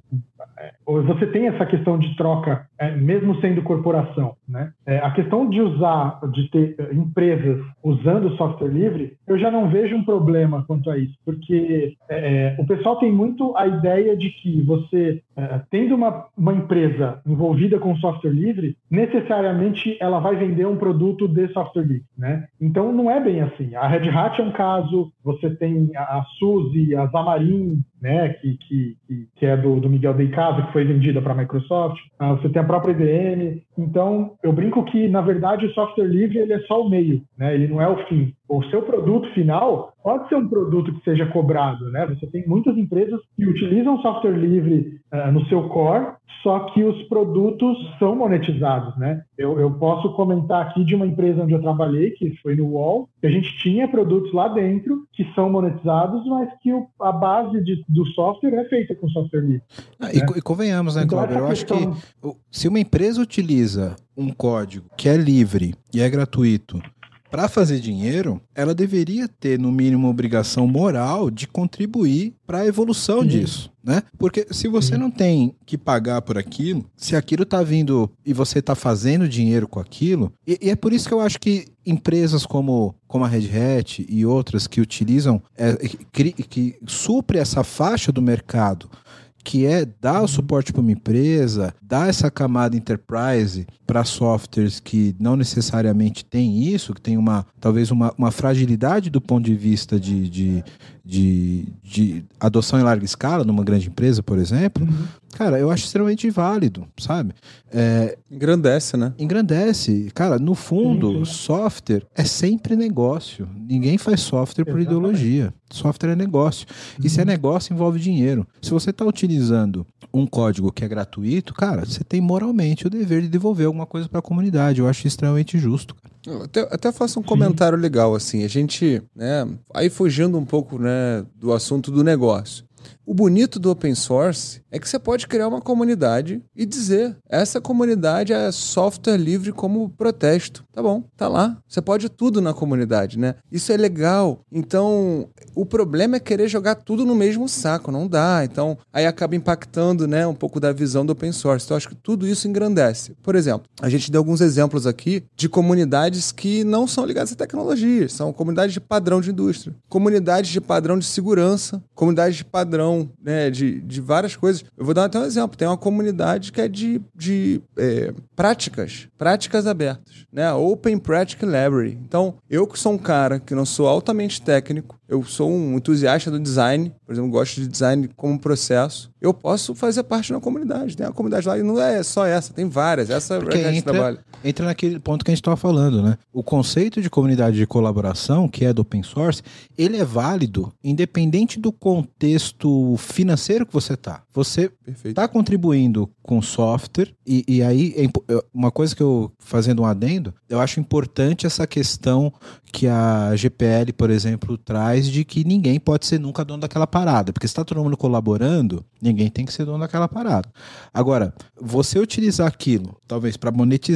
você tem essa questão de troca, é, mesmo sendo corporação, né? É, a questão de usar, de ter empresas usando software livre, eu já não vejo um problema quanto a isso, porque é, o pessoal tem muito a ideia de que você, é, tendo uma, uma empresa envolvida com software livre, necessariamente ela vai vender um produto de software livre, né? Então não é bem assim. A Red Hat é um caso, você tem a SUSE, a Xamarin, né, que, que, que é do, do Miguel de Icaza, que foi vendida para a Microsoft, ah, você tem a própria I B M. Então, eu brinco que, na verdade, o software livre ele é só o meio, né? Ele não é o fim. O seu produto final pode ser um produto que seja cobrado, né? Você tem muitas empresas que utilizam software livre uh, no seu core, só que os produtos são monetizados, né? Eu, eu posso comentar aqui de uma empresa onde eu trabalhei, que foi no U O L, que a gente tinha produtos lá dentro que são monetizados, mas que o, a base de, do software é feita com software livre. Ah, né? e, e convenhamos, né, Cláudio? Eu questão... acho que se uma empresa utiliza um código que é livre e é gratuito para fazer dinheiro, ela deveria ter, no mínimo, obrigação moral de contribuir para a evolução Sim. disso, né? Porque se você Sim. não tem que pagar por aquilo, se aquilo está vindo e você está fazendo dinheiro com aquilo, e, e é por isso que eu acho que empresas como, como a Red Hat e outras que utilizam, é, que, que supre essa faixa do mercado, que é dar o suporte para uma empresa, dar essa camada enterprise para softwares que não necessariamente tem isso, que tem uma, talvez uma, uma fragilidade do ponto de vista de, de, de, de adoção em larga escala, numa grande empresa, por exemplo, uhum. cara, eu acho extremamente válido, sabe? É, engrandece, né? Engrandece. Cara, no fundo, uhum. software é sempre negócio. Ninguém faz software por Exatamente. ideologia. Software é negócio. Uhum. E se é negócio, envolve dinheiro. Se você está utilizando um código que é gratuito, cara, você tem moralmente o dever de devolver alguma coisa para a comunidade. Eu acho extremamente justo. Eu até, até faço um Sim. comentário legal, assim. A gente, né, aí fugindo um pouco, né, do assunto do negócio. O bonito do open source é que você pode criar uma comunidade e dizer, essa comunidade é software livre como protesto. Tá bom, tá lá. Você pode tudo na comunidade, né? Isso é legal. Então, o problema é querer jogar tudo no mesmo saco. Não dá. Então, aí acaba impactando, né, um pouco da visão do open source. Então, acho que tudo isso engrandece. Por exemplo, a gente deu alguns exemplos aqui de comunidades que não são ligadas à tecnologia. São comunidades de padrão de indústria. Comunidades de padrão de segurança. Comunidades de padrão, né, de, de várias coisas. Eu vou dar até um exemplo. Tem uma comunidade que é de, de é, práticas, práticas abertas, né? Open Practical Library. Então, eu que sou um cara que não sou altamente técnico, eu sou um entusiasta do design, por exemplo, gosto de design como processo, eu posso fazer parte da comunidade. Tem uma comunidade lá e não é só essa, tem várias. Essa é a Red Hat trabalha. Entra naquele ponto que a gente estava falando, né? O conceito de comunidade de colaboração, que é do open source, ele é válido independente do contexto financeiro que você está. Você está contribuindo com software e, e aí uma coisa que eu, fazendo um adendo, eu acho importante essa questão que a G P L, por exemplo, traz de que ninguém pode ser nunca dono daquela parada, porque se está todo mundo colaborando, ninguém tem que ser dono daquela parada. Agora, você utilizar aquilo, talvez para monetizar,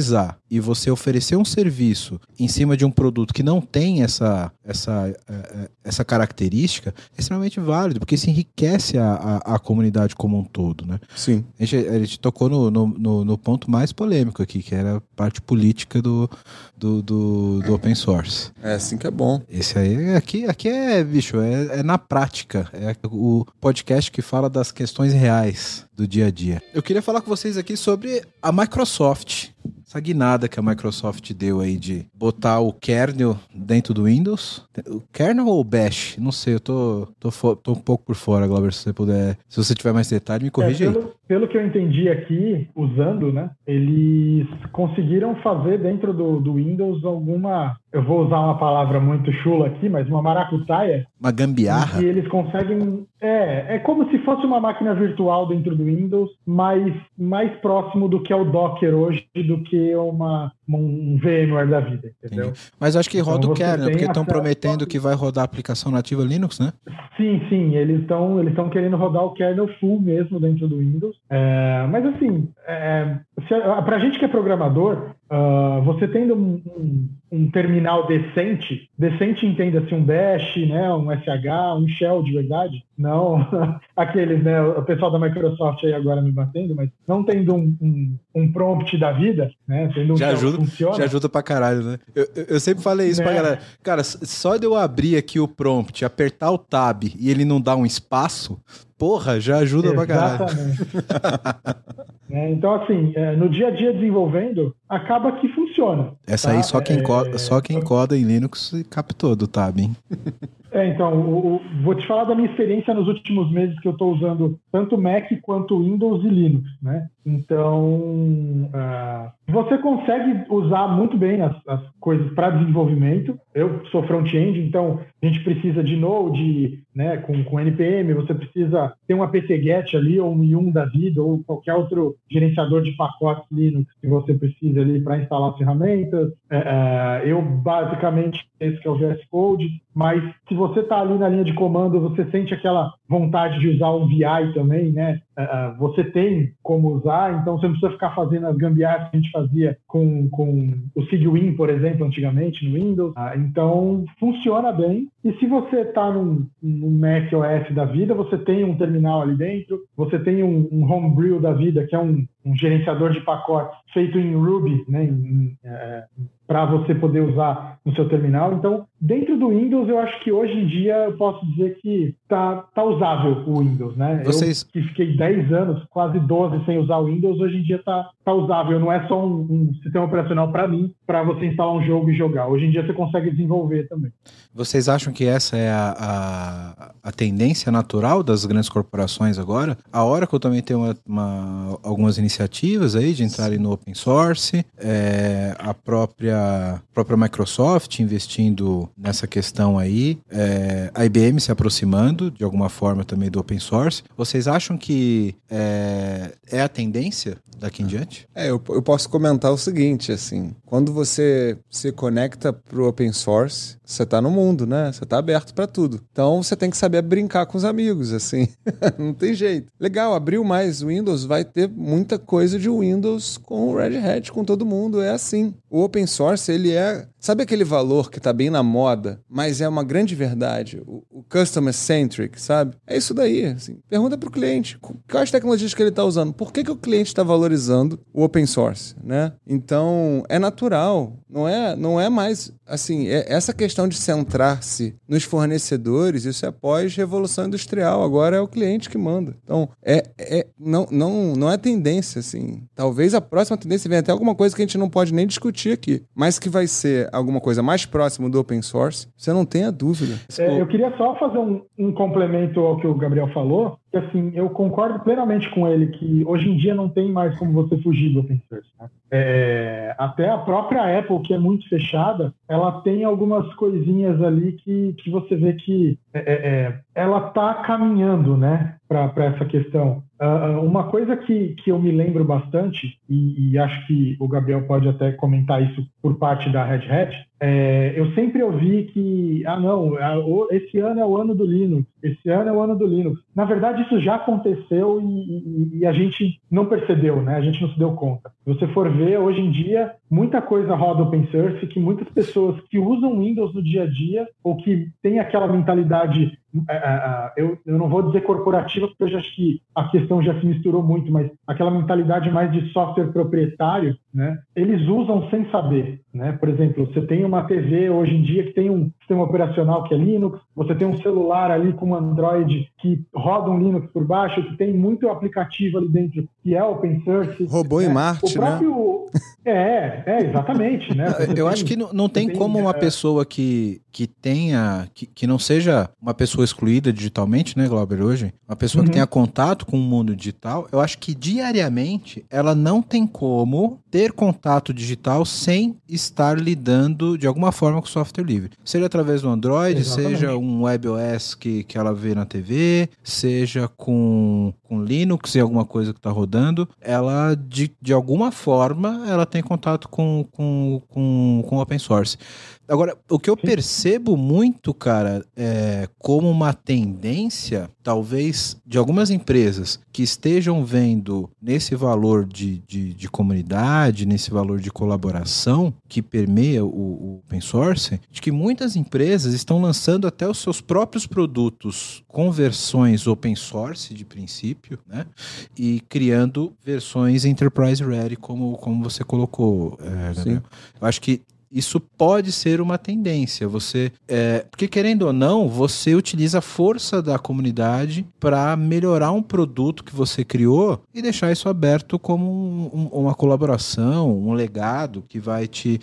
e você oferecer um serviço em cima de um produto que não tem essa, essa, essa característica, é extremamente válido, porque isso enriquece a, a, a comunidade como um todo, né? Sim. A gente, a gente tocou no, no, no ponto mais polêmico aqui, que era a parte política do, do, do, do open source. É assim que é bom. Esse aí, aqui, aqui é, bicho, é, é na prática. É o podcast que fala das questões reais do dia a dia. Eu queria falar com vocês aqui sobre a Microsoft. Essa guinada que a Microsoft deu aí de botar o kernel dentro do Windows. O kernel ou o bash? Não sei, eu tô, tô, tô um pouco por fora, Glauber, se você puder. Se você tiver mais detalhe, me corrige é, aí. Pelo, pelo que eu entendi aqui, usando, né, eles conseguiram fazer dentro do, do Windows alguma... Eu vou usar uma palavra muito chula aqui, mas uma maracutaia. Uma gambiarra. E eles conseguem... É, é como se fosse uma máquina virtual dentro do Windows, mais, mais próximo do que é o Docker hoje, do que uma, um VMware da vida, entendeu? Entendi. Mas eu acho que roda então, o kernel, porque estão acesso... prometendo que vai rodar a aplicação nativa Linux, né? Sim, sim, eles estão eles estão querendo rodar o kernel full mesmo dentro do Windows. É, mas assim, é, para a gente que é programador, uh, você tendo um, um, um terminal decente, decente entenda-se um bash, né, um S H, um shell de verdade, não aqueles, né, o pessoal da Microsoft aí agora me batendo, mas não tendo um, um, um prompt da vida, né, tendo um já shell ajuda, que funciona. Já ajuda pra caralho, né? Eu, eu, eu sempre falei isso, né, pra galera. Cara, só de eu abrir aqui o prompt, apertar o tab e ele não dá um espaço, porra, já ajuda pra caralho. É, então, assim, é, no dia a dia desenvolvendo, acaba que funciona. Essa tá? aí só quem, é, coda, só quem coda em Linux captou do tab, hein? É, então, o, o, vou te falar da minha experiência nos últimos meses que eu estou usando tanto Mac quanto Windows e Linux, né? Então, uh, você consegue usar muito bem as, as coisas para desenvolvimento. Eu sou front-end, então a gente precisa de Node, né, com, com N P M, você precisa ter um apt-get ali, ou um I um da vida, ou qualquer outro gerenciador de pacotes Linux que você precisa ali para instalar as ferramentas. Uh, eu, basicamente, esse que é o V S Code, mas se você está ali na linha de comando, você sente aquela vontade de usar um V I também, né? Uh, você tem como usar, então você não precisa ficar fazendo as gambiarras que a gente fazia com, com o SIGWin, por exemplo, antigamente no Windows. Uh, então, funciona bem. E se você está num, num Mac O S da vida, você tem um terminal ali dentro, você tem um, um Homebrew da vida, que é um, um gerenciador de pacotes feito em Ruby, né? Em, em, é, para você poder usar no seu terminal. Então, dentro do Windows, eu acho que hoje em dia eu posso dizer que tá, tá usável o Windows, né? Vocês... Eu que fiquei dez anos, quase doze sem usar o Windows, hoje em dia tá, tá usável. Não é só um, um sistema operacional para mim, para você instalar um jogo e jogar. Hoje em dia você consegue desenvolver também. Vocês acham que essa é a, a, a tendência natural das grandes corporações agora? A Oracle também tem uma, uma, algumas iniciativas aí de entrarem no open source, é, a própria a própria Microsoft investindo nessa questão aí, é, a I B M se aproximando de alguma forma também do open source. Vocês acham que é, é a tendência daqui em diante? É, eu, eu posso comentar o seguinte, assim, quando você se conecta pro open source, você tá no mundo, né? Você tá aberto para tudo. Então, você tem que saber brincar com os amigos, assim. Não tem jeito. Legal, abriu mais o Windows, vai ter muita coisa de Windows com o Red Hat, com todo mundo, é assim. O open source, ele é... Sabe aquele valor que tá bem na moda, mas é uma grande verdade? O, o customer-centric, sabe? É isso daí, assim. Pergunta pro cliente, quais tecnologias que ele tá usando? Por que que o cliente tá valorizando o open source, né? Então, é natural. Não é, não é mais... Assim, é, essa questão de centrar-se nos fornecedores, isso é pós-revolução industrial. Agora é o cliente que manda. Então, é, é, não, não, não é tendência, assim. Talvez a próxima tendência venha até alguma coisa que a gente não pode nem discutir aqui, mas que vai ser alguma coisa mais próximo do open source, você não tenha dúvida. É, eu queria só fazer um, um complemento ao que o Gabriel falou, que assim, eu concordo plenamente com ele que hoje em dia não tem mais como você fugir do open source, né? É, até a própria Apple, que é muito fechada, ela tem algumas coisinhas ali que, que você vê que é, é, ela está caminhando, né, para essa questão. Uh, uma coisa que, que eu me lembro bastante, e, e acho que o Gabriel pode até comentar isso por parte da Red Hat, É, eu sempre ouvi que, ah não, esse ano é o ano do Linux, esse ano é o ano do Linux. Na verdade, isso já aconteceu e, e, e a gente não percebeu, né? A gente não se deu conta. Se você for ver, hoje em dia, muita coisa roda open source, que muitas pessoas que usam Windows no dia a dia, ou que têm aquela mentalidade, eu, eu não vou dizer corporativa, porque eu já acho que a questão já se misturou muito, mas aquela mentalidade mais de software proprietário, né? Eles usam sem saber, né? Por exemplo, você tem uma T V hoje em dia que tem um sistema operacional que é Linux, você tem um celular ali com um Android que roda um Linux por baixo, que tem muito aplicativo ali dentro que é open source. Robô né? em Marte, o próprio... né? É, é, exatamente, né? Você eu tem, acho que não, não tem como tem, uma é... pessoa que, que tenha, que, que não seja uma pessoa excluída digitalmente, né, Glauber, hoje, uma pessoa uhum. que tenha contato com o mundo digital, eu acho que diariamente ela não tem como ter contato digital sem estar lidando de alguma forma com software livre. Seja através do Android, exatamente. Seja um WebOS que, que ela vê na T V, seja com, com Linux e alguma coisa que está rodando, ela, de, de alguma forma, ela tem contato com, com, com, com open source. Agora, o que eu percebo muito, cara, é como uma tendência, talvez, de algumas empresas que estejam vendo nesse valor de, de, de comunidade, nesse valor de colaboração que permeia o, o open source, de que muitas empresas estão lançando até os seus próprios produtos com versões open source, de princípio, né? E criando versões enterprise ready, como, como você colocou, é, Gabriel. Eu acho que isso pode ser uma tendência, você, é, porque querendo ou não, você utiliza a força da comunidade para melhorar um produto que você criou e deixar isso aberto como um, um, uma colaboração, um legado que vai te,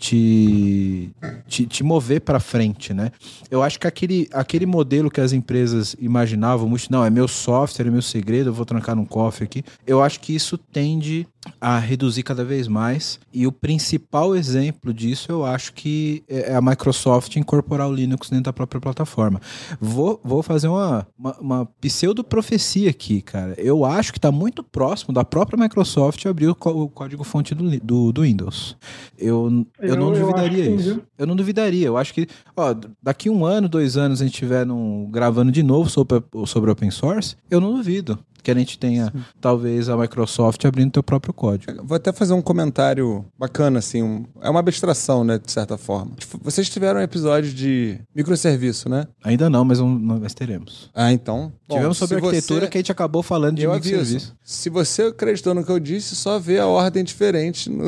te, te, te mover para frente, né? Eu acho que aquele, aquele modelo que as empresas imaginavam, muito, não, é meu software, é meu segredo, eu vou trancar num cofre aqui, eu acho que isso tende a reduzir cada vez mais, e o principal exemplo disso eu acho que é a Microsoft incorporar o Linux dentro da própria plataforma. Vou, vou fazer uma, uma, uma pseudo-profecia aqui, cara. Eu acho que está muito próximo da própria Microsoft abrir o, o código-fonte do, do, do Windows. Eu, eu, eu não duvidaria eu isso. Sim, eu não duvidaria. Eu acho que ó, daqui um ano, dois anos, a gente estiver num, gravando de novo sobre, sobre open source, eu não duvido que a gente tenha, sim, talvez, a Microsoft abrindo o seu próprio código. Vou até fazer um comentário bacana, assim, um, é uma abstração, né, de certa forma. Vocês tiveram um episódio de microserviço, né? Ainda não, mas nós teremos. Ah, então... Tivemos bom, sobre arquitetura você... que a gente acabou falando de eu microserviço. Aviso. Se você acreditou no que eu disse, só vê a ordem diferente. No...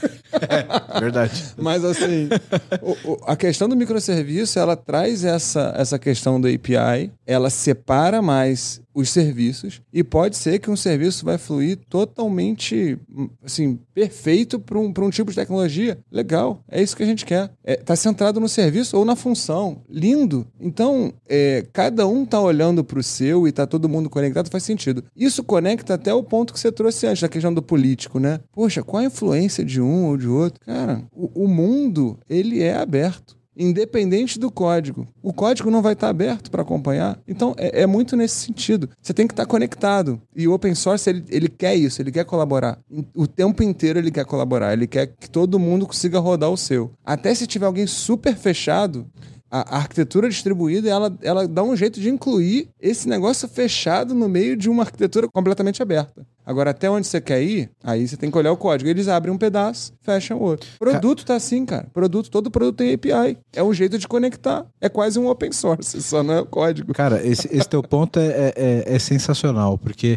é, verdade. Mas, assim, o, o, a questão do microserviço, ela traz essa, essa questão do A P I, ela separa mais os serviços, e pode ser que um serviço vai fluir totalmente, assim, perfeito para um, para um tipo de tecnologia. Legal, é isso que a gente quer. É, tá centrado no serviço ou na função. Lindo. Então, é, cada um tá olhando para o seu e tá todo mundo conectado, faz sentido. Isso conecta até o ponto que você trouxe antes, da questão do político, né? Poxa, qual a influência de um ou de outro? Cara, o, o mundo, ele é aberto. Independente do código. O código não vai estar aberto para acompanhar. Então, é, é muito nesse sentido. Você tem que estar conectado. E o open source, ele, ele quer isso, ele quer colaborar. O tempo inteiro ele quer colaborar. Ele quer que todo mundo consiga rodar o seu. Até se tiver alguém super fechado, a, a arquitetura distribuída, ela, ela dá um jeito de incluir esse negócio fechado no meio de uma arquitetura completamente aberta. Agora, até onde você quer ir, aí você tem que olhar o código. Eles abrem um pedaço, fecham o outro. Produto tá assim, cara. Produto, todo produto tem A P I. É um jeito de conectar. É quase um open source, só não é o código. Cara, esse, esse teu ponto é, é, é sensacional, porque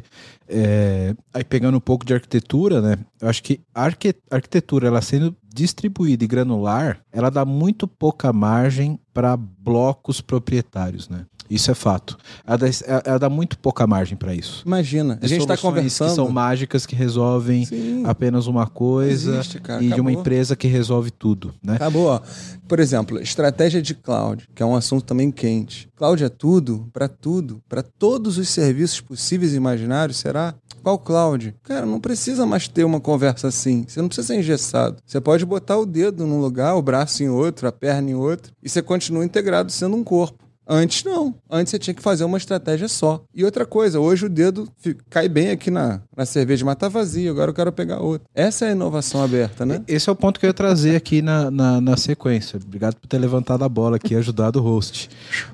é, aí pegando um pouco de arquitetura, né? Eu acho que a arqu- arquitetura, ela sendo distribuída e granular, ela dá muito pouca margem para blocos proprietários, né? Isso é fato. Ela dá, ela dá muito pouca margem para isso. Imagina, a gente está conversando... que são mágicas, que resolvem Sim. apenas uma coisa. Existe, cara, e acabou. De uma empresa que resolve tudo, né? Acabou, ó. Por exemplo, estratégia de cloud, que é um assunto também quente. Cloud é tudo, para tudo, para todos os serviços possíveis e imaginários, será? Qual cloud? Cara, não precisa mais ter uma conversa assim. Você não precisa ser engessado. Você pode botar o dedo num lugar, o braço em outro, a perna em outro, e você continua integrado sendo um corpo. Antes não. Antes você tinha que fazer uma estratégia só. E outra coisa, hoje o dedo fica, cai bem aqui na, na cerveja, mas tá vazio, agora eu quero pegar outra. Essa é a inovação aberta, né? Esse é o ponto que eu ia trazer aqui na, na, na sequência. Obrigado por ter levantado a bola aqui e ajudado o host.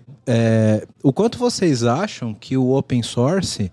É, o quanto vocês acham que o open source,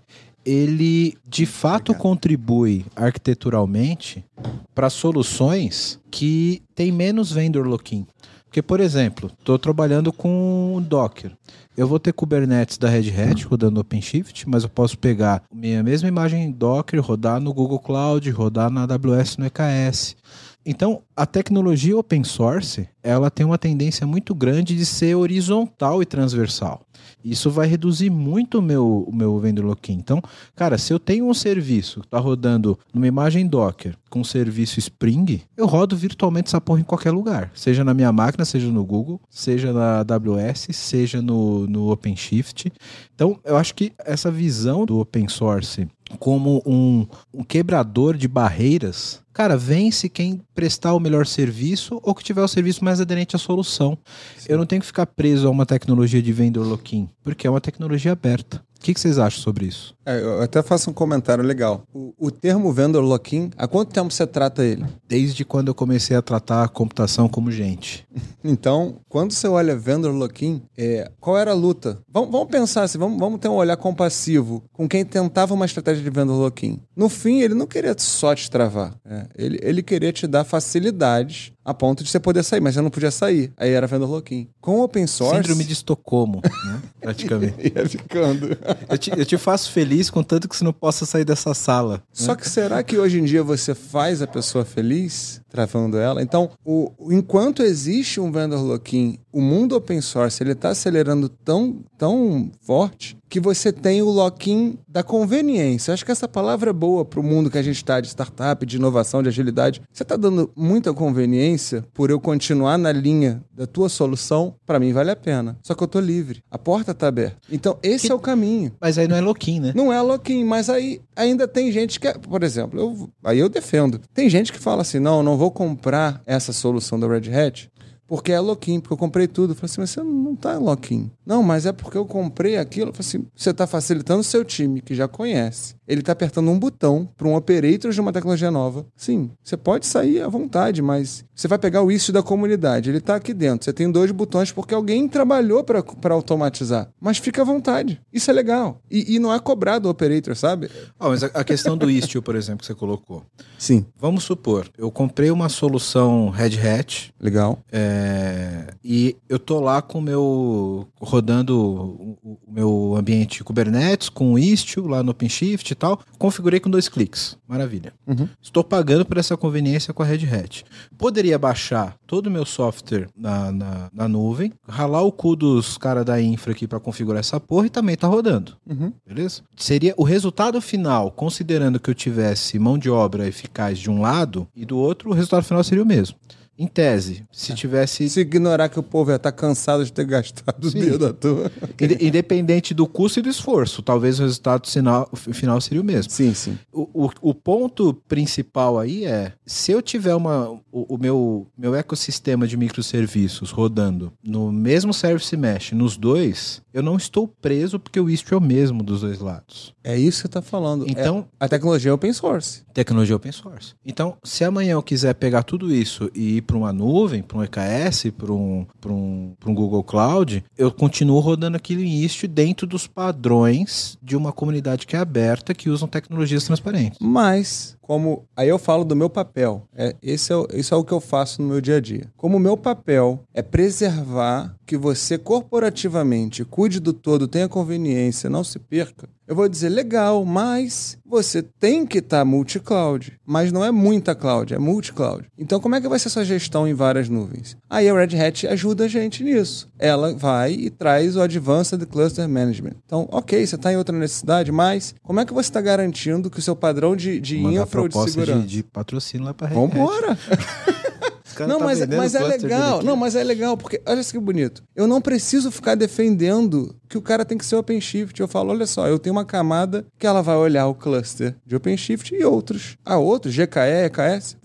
ele de fato Obrigado. contribui arquiteturalmente para soluções que tem menos vendor lock-in? Porque, por exemplo, estou trabalhando com Docker. Eu vou ter Kubernetes da Red Hat rodando OpenShift, mas eu posso pegar minha mesma imagem Docker, rodar no Google Cloud, rodar na A W S no E K S. Então, a tecnologia open source, ela tem uma tendência muito grande de ser horizontal e transversal. Isso vai reduzir muito o meu, o meu vendor lock-in. Então, cara, se eu tenho um serviço que está rodando numa imagem Docker com um serviço Spring, eu rodo virtualmente essa porra em qualquer lugar. Seja na minha máquina, seja no Google, seja na A W S, seja no, no OpenShift. Então, eu acho que essa visão do open source como um, um quebrador de barreiras, cara, vence quem prestar o melhor serviço ou que tiver o serviço mais aderente à solução. Sim. Eu não tenho que ficar preso a uma tecnologia de vendor lock-in, porque é uma tecnologia aberta. O que, que vocês acham sobre isso? É, eu até faço um comentário legal. O, o termo vendor lock-in, há quanto tempo você trata ele? Desde quando eu comecei a tratar a computação como gente. Então, quando você olha vendor lock-in, é, qual era a luta? Vamos, vamos pensar assim, vamos, vamos ter um olhar compassivo com quem tentava uma estratégia de vendor lock-in. No fim, ele não queria só te travar. É, ele, ele queria te dar facilidades a ponto de você poder sair, mas você não podia sair. Aí era vendor lock-in. Com o open source... Síndrome de Estocolmo, né? Praticamente. Ia ficando. Eu te, eu te faço feliz, contanto que você não possa sair dessa sala. Só né? que será que hoje em dia você faz a pessoa feliz, travando ela? Então, o, enquanto existe um vendor lock-in, o mundo open source ele está acelerando tão, tão forte que você tem o lock-in da conveniência. Acho que essa palavra é boa para o mundo que a gente está de startup, de inovação, de agilidade. Você está dando muita conveniência por eu continuar na linha da tua solução, para mim vale a pena. Só que eu estou livre. A porta está aberta. Então, esse que... é o caminho. Mas aí não é lock-in, né? Não é lock-in, mas aí ainda tem gente que... Por exemplo, eu, aí eu defendo. Tem gente que fala assim, não, não vou comprar essa solução da Red Hat porque é lock-in, porque eu comprei tudo. Eu falei assim, mas você não tá em lock-in. Não, mas é porque eu comprei aquilo. Eu falei assim, você está facilitando o seu time, que já conhece. Ele está apertando um botão para um operator de uma tecnologia nova. Sim, você pode sair à vontade, mas você vai pegar o issue da comunidade. Ele está aqui dentro. Você tem dois botões porque alguém trabalhou para automatizar. Mas fica à vontade. Isso é legal. E, e não é cobrado o operator, sabe? Oh, mas a, a questão do issue, por exemplo, que você colocou. Sim. Vamos supor, eu comprei uma solução Red Hat. Legal. É, e eu tô lá com o meu... rodando o, o meu ambiente Kubernetes com o Istio lá no OpenShift e tal, configurei com dois cliques. Maravilha. Uhum. Estou pagando por essa conveniência com a Red Hat. Poderia baixar todo o meu software na, na, na nuvem, ralar o cu dos caras da infra aqui para configurar essa porra e também tá rodando. Uhum. Beleza? Seria o resultado final, considerando que eu tivesse mão de obra eficaz de um lado e do outro, o resultado final seria o mesmo. Em tese, se tivesse... Se ignorar que o povo já está cansado de ter gastado Sim. o dedo à toa. Independente do custo e do esforço, talvez o resultado final, final seria o mesmo. Sim, sim. O, o, o ponto principal aí é, se eu tiver uma, o, o meu, meu ecossistema de microserviços rodando no mesmo service mesh, nos dois, eu não estou preso porque o Istio é o mesmo dos dois lados. É isso que você está falando. Então, é, a tecnologia é open source. Tecnologia open source. Então, se amanhã eu quiser pegar tudo isso e ir para uma nuvem, para um E K S, para um, para um, para um Google Cloud, eu continuo rodando aquilo em Istio dentro dos padrões de uma comunidade que é aberta, que usam tecnologias transparentes. Mas, como... Aí eu falo do meu papel. É, esse é, isso é o que eu faço no meu dia a dia. Como o meu papel é preservar que você corporativamente cuide do todo, tenha conveniência, não se perca, eu vou dizer, legal, mas você tem que estar tá multi-cloud. Mas não é muita cloud, é multi-cloud. Então, como é que vai ser sua gestão em várias nuvens? Aí a Red Hat ajuda a gente nisso. Ela vai e traz o Advanced Cluster Management. Então, ok, você está em outra necessidade, mas como é que você está garantindo que o seu padrão de, de infra ou de segurança... De, de patrocínio lá para a Red Hat. Vambora! Não, tá mas, mas é legal. Não, mas é legal, porque olha isso que bonito. Eu não preciso ficar defendendo que o cara tem que ser OpenShift. Eu falo, olha só, eu tenho uma camada que ela vai olhar o cluster de OpenShift e outros. Ah, outros, G K E, E K S, vai.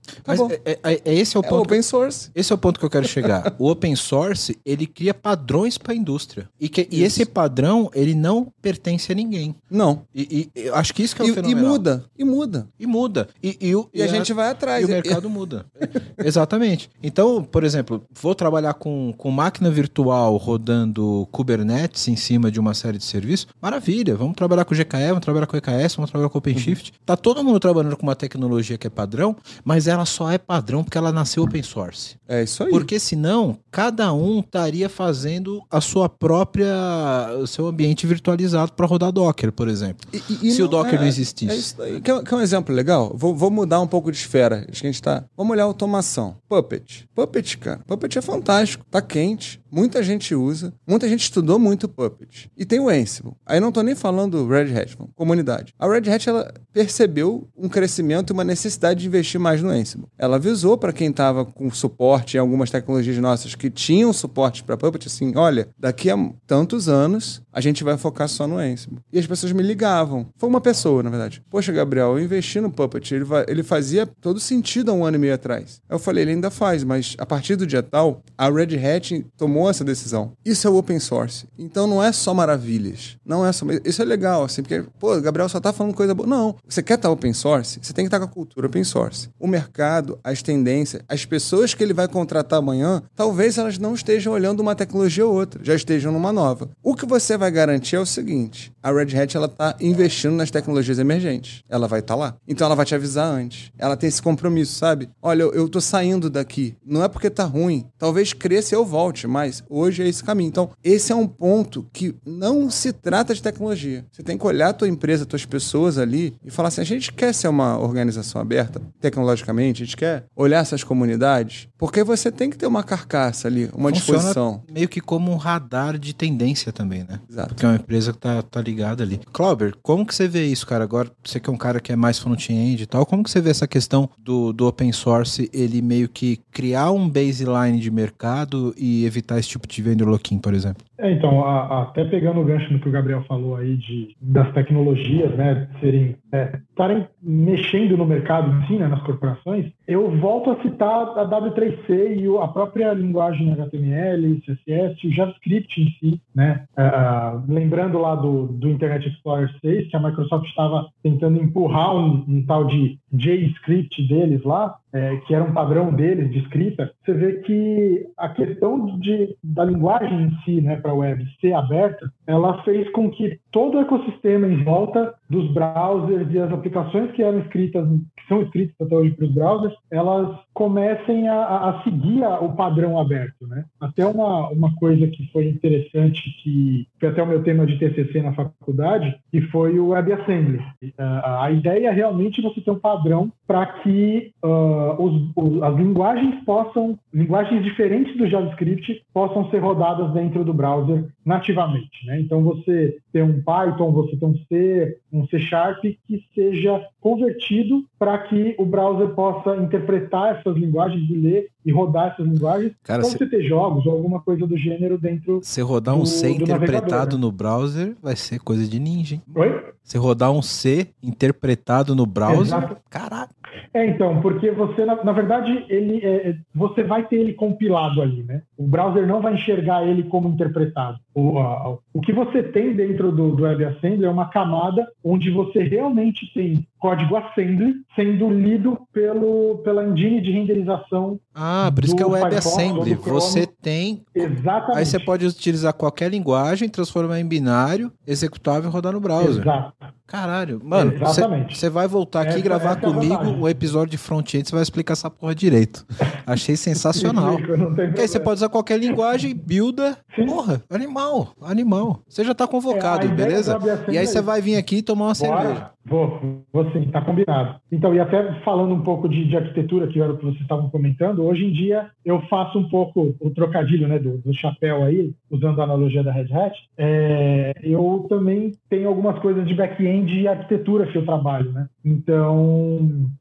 Mas é, é, é, esse é o É ponto. open source. Esse é o ponto que eu quero chegar. O open source, ele cria padrões para a indústria. E, que, e esse padrão, ele não pertence a ninguém. Não. E, e eu acho que isso que é o E, e fenomenal. muda, e muda. E muda. E, e, o- E a gente vai atrás. E o E- mercado muda. Exatamente. Então, por exemplo, vou trabalhar com, com máquina virtual rodando Kubernetes em cima de uma série de serviços. Maravilha. Vamos trabalhar com G K E, vamos trabalhar com E K S, vamos trabalhar com OpenShift. Tá todo mundo trabalhando com uma tecnologia que é padrão, mas ela só é padrão porque ela nasceu open source. É isso aí. Porque senão, cada um estaria fazendo a sua própria, o seu ambiente virtualizado para rodar Docker, por exemplo. E- e- e se o Docker é- não existisse. É isso aí. Quer, quer um exemplo legal? Vou, vou mudar um pouco de esfera. Acho que a gente tá. Vamos olhar a automação. Puppet. Puppet, cara. Puppet é fantástico. Tá quente. Muita gente usa. Muita gente estudou muito Puppet. E tem o Ansible. Aí não tô nem falando Red Hat, comunidade. A Red Hat, ela percebeu um crescimento e uma necessidade de investir mais no Ansible. Ela avisou para quem tava com suporte em algumas tecnologias nossas que tinham suporte para Puppet, assim, olha, daqui a tantos anos a gente vai focar só no Ansible. E as pessoas me ligavam. Foi uma pessoa, na verdade. Poxa, Gabriel, eu investi no Puppet. Ele, va- ele fazia todo sentido há um ano e meio atrás. Aí eu falei, ele ainda faz, mas a partir do dia tal, a Red Hat tomou essa decisão. Isso é o open source. Então não é só maravilhas. Não é só... Isso é legal, assim, porque, pô, o Gabriel só tá falando coisa boa. Não. Você quer estar open source? Você tem que estar com a cultura open source. O mercado, as tendências, as pessoas que ele vai contratar amanhã, talvez elas não estejam olhando uma tecnologia ou outra, já estejam numa nova. O que você vai garantir é o seguinte, a Red Hat, ela tá investindo nas tecnologias emergentes. Ela vai estar lá. Então ela vai te avisar antes. Ela tem esse compromisso, sabe? Olha, eu, eu tô saindo daqui. Não é porque tá ruim. Talvez cresça e eu volte, mas hoje é esse caminho. Então, esse é um ponto que não se trata de tecnologia. Você tem que olhar a tua empresa, as tuas pessoas ali e falar assim, a gente quer ser uma organização aberta, tecnologicamente, a gente quer olhar essas comunidades, porque você tem que ter uma carcaça ali, uma Funciona disposição. meio que como um radar de tendência também, né? Exato. Porque é uma empresa que tá, tá ligada ali. Clauber, como que você vê isso, cara? Agora, você que é um cara que é mais front-end e tal, como que você vê essa questão do, do open source, ele meio que criar um baseline de mercado e evitar esse tipo de vendor lock-in, por exemplo? É, então, a- a- até pegando o gancho no que o Gabriel falou aí de, das tecnologias, né, serem, é, estarem mexendo no mercado em si, né, nas corporações, eu volto a citar a W três C e o- a própria linguagem H T M L, C S S, o JavaScript em si, né, ah, lembrando lá do, do Internet Explorer seis, que a Microsoft estava tentando empurrar um, um tal de JavaScript deles lá, é, que era um padrão deles de escrita, você vê que a questão de, da linguagem em si, né, para a web ser aberta, ela fez com que todo o ecossistema em volta dos browsers e as aplicações que eram escritas, que são escritas até hoje para os browsers, elas comecem a, a seguir a, o padrão aberto, né? Até uma, uma coisa que foi interessante, que foi até o meu tema de T C C na faculdade, que foi o WebAssembly. A, a ideia é realmente você ter um padrão para que uh, os, os, as linguagens possam, linguagens diferentes do JavaScript possam ser rodadas dentro do browser nativamente, né? Então você tem um Python, você tem um C, um C Sharp que seja convertido para que o browser possa interpretar essas linguagens e ler e rodar essas linguagens para Cara, cê- você ter jogos ou alguma coisa do gênero dentro. Você rodar um do- C do interpretado navegador, né? no browser vai ser coisa de ninja, hein? Oi? Você rodar um C interpretado no browser, Exato. caraca. É, então, porque você, na, na verdade, ele, é, você vai ter ele compilado ali, né? O browser não vai enxergar ele como interpretado. O, a, o que você tem dentro do, do WebAssembly é uma camada onde você realmente tem código assembly sendo lido pelo, pela engine de renderização. Ah, por isso que é o do Firefox WebAssembly. ou do Chrome. Você tem... Exatamente. Aí você pode utilizar qualquer linguagem, transformar em binário, executável e rodar no browser. Exato. Caralho, mano, Exatamente. você vai voltar aqui e Essa- gravar essa é a comigo vantagem. o episódio de front-end, você vai explicar essa porra direito. Achei sensacional. Explico, não tem Porque aí você problema. pode usar qualquer linguagem, builda, Sim. porra, animal, animal. Você já tá convocado, É, a ideia beleza? do WebAssembly E aí é você isso. vai vir aqui e tomar uma cerveja. Bora. Vou, vou sim, tá combinado. Então, e até falando um pouco de, de arquitetura, que era o que vocês estavam comentando, hoje em dia eu faço um pouco o trocadilho, né, do, do chapéu aí, usando a analogia da Red Hat. É, eu também tenho algumas coisas de back-end e arquitetura que eu trabalho, né? Então,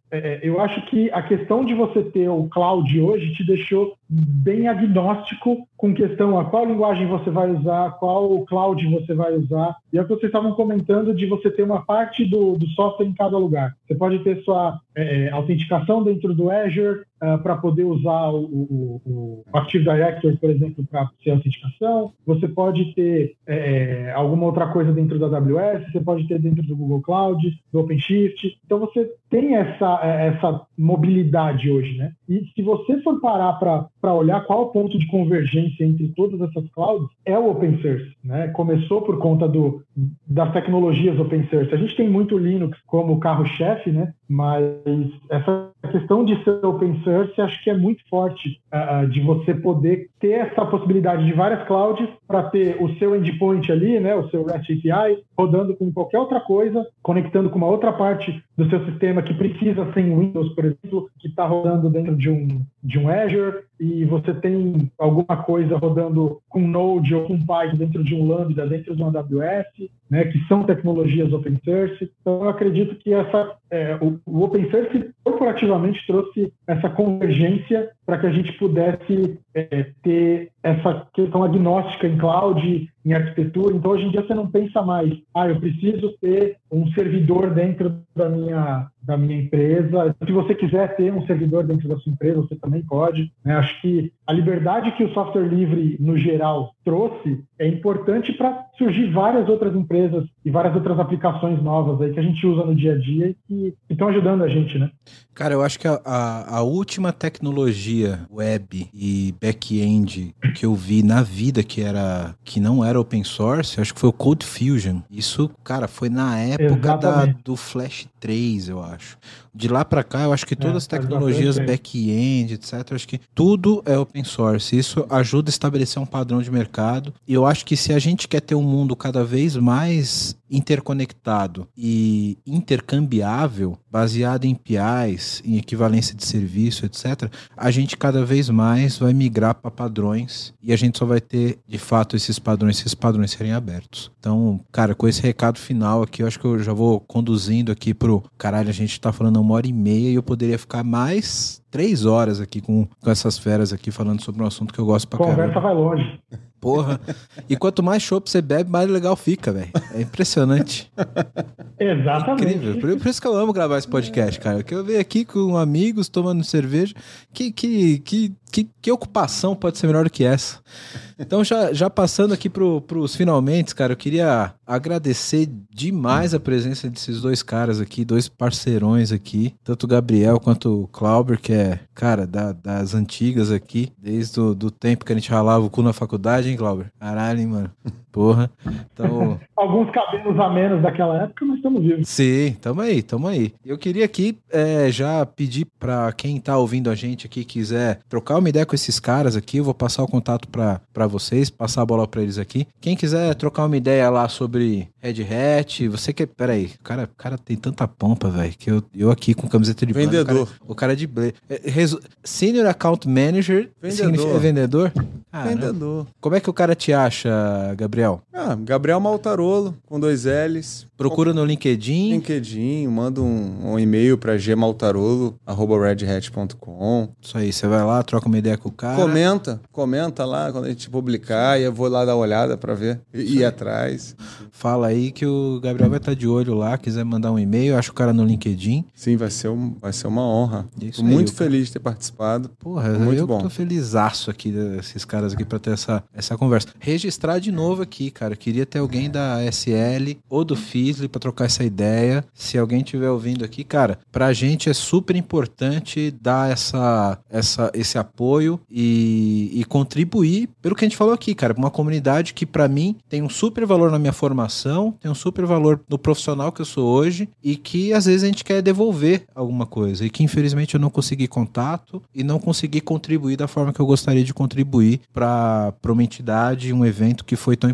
é, eu acho que a questão de você ter o cloud hoje te deixou bem agnóstico com questão a qual linguagem você vai usar, qual cloud você vai usar. E é o que vocês estavam comentando de você ter uma parte do, do software em cada lugar. Você pode ter sua é, autenticação dentro do Azure uh, para poder usar o, o, o Active Directory, por exemplo, para ser autenticação. Você pode ter é, alguma outra coisa dentro da A W S, você pode ter dentro do Google Cloud, do OpenShift. Então você tem essa, essa mobilidade hoje, né? E se você for parar para olhar qual é o ponto de convergência entre todas essas clouds, é o open source, né? Começou por conta do, das tecnologias open source. A gente tem muito Linux como carro-chefe, né? Mas essa questão de ser open source acho que é muito forte, uh, de você poder ter essa possibilidade de várias clouds para ter o seu endpoint ali, né? O seu REST A P I rodando com qualquer outra coisa, conectando com uma outra parte do seu sistema que precisa ser em Windows, por exemplo, que está rodando dentro de um, de um Azure, e você tem alguma coisa rodando com Node ou com Python dentro de um Lambda, dentro de uma A W S, né, que são tecnologias open source. Então, eu acredito que essa, é, o, o open source corporativamente trouxe essa convergência para que a gente pudesse é, ter essa questão agnóstica em cloud, em arquitetura. Então, hoje em dia, você não pensa mais, ah, eu preciso ter um servidor dentro da minha, da minha empresa. Se você quiser ter um servidor dentro da sua empresa, você também pode, né? Acho que a liberdade que o software livre, no geral, trouxe é importante para surgir várias outras empresas e várias outras aplicações novas aí que a gente usa no dia a dia e que estão ajudando a gente, né? Cara, eu acho que a, a, a última tecnologia web e back-end que eu vi na vida que, era, que não era open source, acho que foi o Code Fusion. Isso, cara, foi na época da, do Flash três, eu acho. De lá pra cá, eu acho que todas é, as tecnologias back-end, etcétera, acho que tudo é open source. Isso ajuda a estabelecer um padrão de mercado. E eu acho que se a gente quer ter um mundo cada vez mais interconectado e intercambiável, baseado em A P Is, em equivalência de serviço, etcétera, a gente cada vez mais vai migrar para padrões e a gente só vai ter, de fato, esses padrões, esses padrões serem abertos. Então, cara, com esse recado final aqui, eu acho que eu já vou conduzindo aqui pro... Caralho, a gente tá falando uma hora e meia e eu poderia ficar mais três horas aqui com, com essas feras aqui falando sobre um assunto que eu gosto pra caramba. Conversa vai longe. Porra. E quanto mais chopp você bebe, mais legal fica, velho. É impressionante. Exatamente. É incrível. Por, por isso que eu amo gravar esse podcast, cara. Que eu venho aqui com amigos, tomando cerveja. Que, que, que, que, que ocupação pode ser melhor do que essa? Então, já, já passando aqui pro, pros finalmente, cara, eu queria agradecer demais a presença desses dois caras aqui, dois parceirões aqui, tanto o Gabriel quanto o Clauber, que é, cara, da, das antigas aqui, desde o do tempo que a gente ralava o cu na faculdade, hein, Clauber? Caralho, hein, mano? Porra. Então... Alguns cabelos a menos daquela época, mas estamos vivos. Sim, tamo aí, tamo aí. Eu queria aqui é, já pedir pra quem tá ouvindo a gente aqui, quiser trocar uma ideia com esses caras aqui, eu vou passar o contato pra, pra vocês, passar a bola pra eles aqui. Quem quiser trocar uma ideia lá sobre Red Hat, você que... Peraí, o cara, o cara tem tanta pompa, velho, que eu, eu aqui com camiseta de vendedor. Banda, o, cara, o cara é de ble... Resu... Senior Account Manager vendedor. Significa vendedor? Ah, vendedor. Como é que o cara te acha, Gabriel? Ah, Gabriel Maltarolo, com dois L's. Procura no LinkedIn. LinkedIn, manda um, um e-mail para gmaltarolo arroba red hat ponto com. Isso aí, você vai lá, troca uma ideia com o cara. Comenta, comenta lá quando a gente publicar e eu vou lá dar uma olhada para ver e ir atrás. Fala aí que o Gabriel vai estar de olho lá, quiser mandar um e-mail, acho o cara no LinkedIn. Sim, vai ser, um, vai ser uma honra. Isso tô aí, muito eu... feliz de ter participado. Porra, muito eu bom. tô felizaço aqui desses caras aqui pra ter essa, essa conversa. Registrar de novo aqui, cara. Queria ter alguém da S L ou do Fizzly pra trocar essa ideia. Se alguém estiver ouvindo aqui, cara, pra gente é super importante dar essa, essa, esse apoio e, e contribuir pelo que a gente falou aqui, cara. Uma comunidade que pra mim tem um super valor na minha formação, tem um super valor no profissional que eu sou hoje e que às vezes a gente quer devolver alguma coisa e que infelizmente eu não consegui contato e não consegui contribuir da forma que eu gostaria de contribuir para uma entidade, um evento que foi tão importante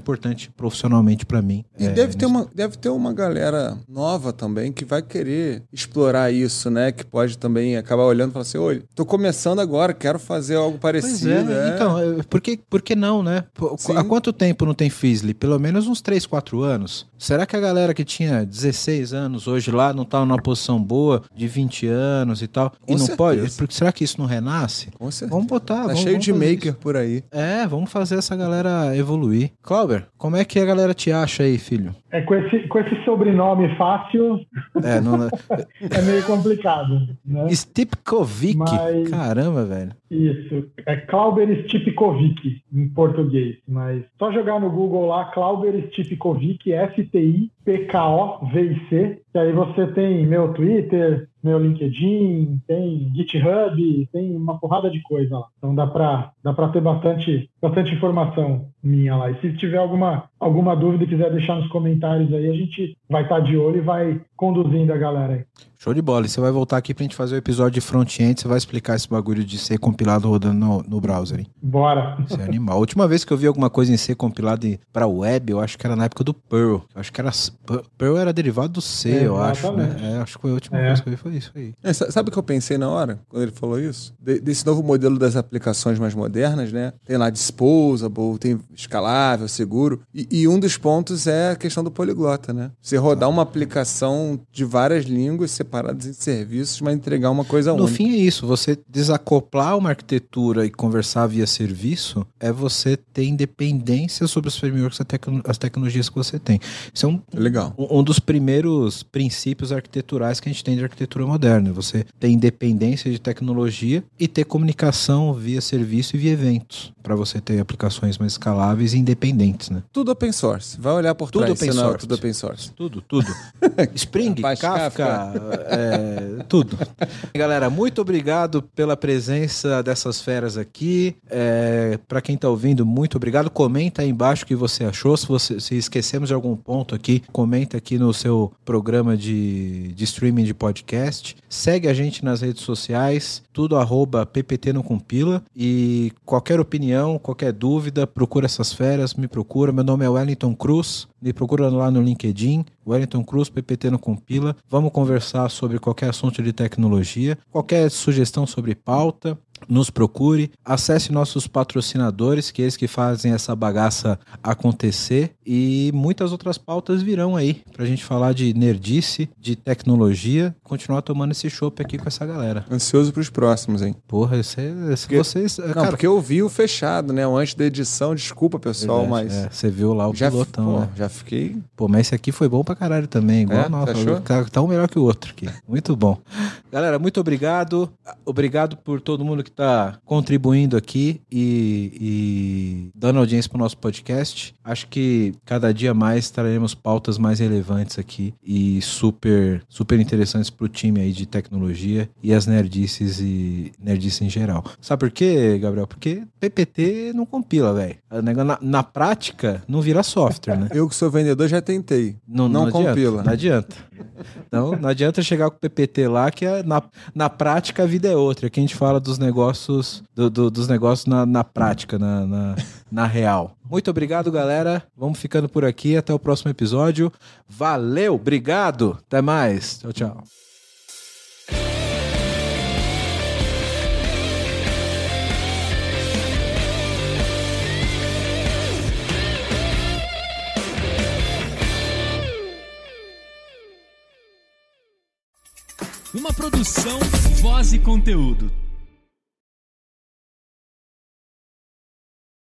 importante profissionalmente para mim. E é, deve, ter nesse... uma, deve ter uma galera nova também que vai querer explorar isso, né? Que pode também acabar olhando e falar assim, olha, tô começando agora, quero fazer algo parecido. Pois é, é. Então, por que, por que não, né? Sim. Há quanto tempo não tem Fizzly? Pelo menos uns três, quatro anos. Será que a galera que tinha dezesseis anos hoje lá não tá numa posição boa de vinte anos e tal? Com e não certeza. pode? Porque será que isso não renasce? Com certeza. Vamos botar. Tá vamos, cheio vamos de maker isso. por aí. É, vamos fazer essa galera evoluir. Clauber, como é que a galera te acha aí, filho? É, com esse, com esse sobrenome fácil, é, não... é meio complicado, né? Stipkovic. Mas... Caramba, velho. Isso. É Klauber Stipkovic em português, mas só jogar no Google lá, Klauber Stipkovic, S T I P K O V I C, que aí você tem meu Twitter, meu LinkedIn, tem GitHub, tem uma porrada de coisa lá. Então dá pra, dá pra ter bastante, bastante informação minha lá. E se tiver alguma, alguma dúvida e quiser deixar nos comentários aí, a gente vai estar de olho e vai conduzindo a galera aí. Show de bola. E você vai voltar aqui pra gente fazer o episódio de front-end, você vai explicar esse bagulho de ser compilado rodando no, no browser, hein? Bora. Isso é animal. A última vez que eu vi alguma coisa em ser compilado pra web, eu acho que era na época do Perl. Eu acho que era... Perl era derivado do C, é, eu acho, né? É, acho que foi a última é. coisa que eu vi, foi isso aí. É, sabe o que eu pensei na hora, quando ele falou isso? De, desse novo modelo das aplicações mais modernas, né? Tem lá disposable, tem escalável, seguro. E, e um dos pontos é a questão do poliglota, né? Você rodar ah. uma aplicação de várias línguas separadas em serviços, mas entregar uma coisa no única. No fim é isso. Você desacoplar uma arquitetura e conversar via serviço é você ter independência sobre os frameworks, as tecnologias que você tem. Isso é um, Legal. um, um dos primeiros princípios arquiteturais que a gente tem de arquitetura moderna. Você ter independência de tecnologia e ter comunicação via serviço e via eventos, para você ter aplicações mais escaláveis e independentes, né? Tudo open source. Vai olhar por tudo trás. Open source. Tudo open source. Tudo, tudo. Spring, Kafka, é, tudo. Galera, muito obrigado pela presença dessas feras aqui. É, para quem tá ouvindo, muito obrigado. Comenta aí embaixo o que você achou. Se, você, se esquecemos de algum ponto aqui, comenta aqui no seu programa de, de streaming de podcast. Segue a gente nas redes sociais, tudo arroba P P T não compila. E qualquer opinião, qualquer dúvida, procura essas feras, me procura. Meu nome é Wellington Cruz, me procura lá no LinkedIn, Wellington Cruz, P P T não compila. Vamos conversar sobre qualquer assunto de tecnologia, qualquer sugestão sobre pauta, nos procure, acesse nossos patrocinadores, que eles que fazem essa bagaça acontecer, e muitas outras pautas virão aí, pra gente falar de nerdice, de tecnologia, continuar tomando esse chopp aqui com essa galera. Ansioso pros próximos, hein? Porra, esse, esse porque, vocês... Não, cara, porque eu vi o fechado, né? O antes da edição, desculpa, pessoal, verdade, mas... É, você viu lá o já, pilotão, pô, né? Já fiquei... Pô, mas esse aqui foi bom pra caralho também, igual é, o nosso. Achou? Tá, tá um melhor que o outro aqui. Muito bom. Galera, muito obrigado. Obrigado por todo mundo que tá contribuindo aqui e, e dando audiência pro nosso podcast. Acho que cada dia mais traremos pautas mais relevantes aqui e super, super interessantes pro time aí de tecnologia e as nerdices e nerdices em geral. Sabe por quê, Gabriel? Porque P P T não compila, velho. Na, na prática, não vira software, né? Eu que sou vendedor já tentei. Não, não, não compila. Adianta, não adianta. Então, não adianta chegar com o P P T lá, que é, na, na prática a vida é outra. Aqui a gente fala dos negócios, do, do, dos negócios na, na prática, na, na, na real. Muito obrigado, galera. Vamos ficando por aqui. Até o próximo episódio. Valeu, obrigado. Até mais. Tchau, tchau. Uma produção, voz e conteúdo.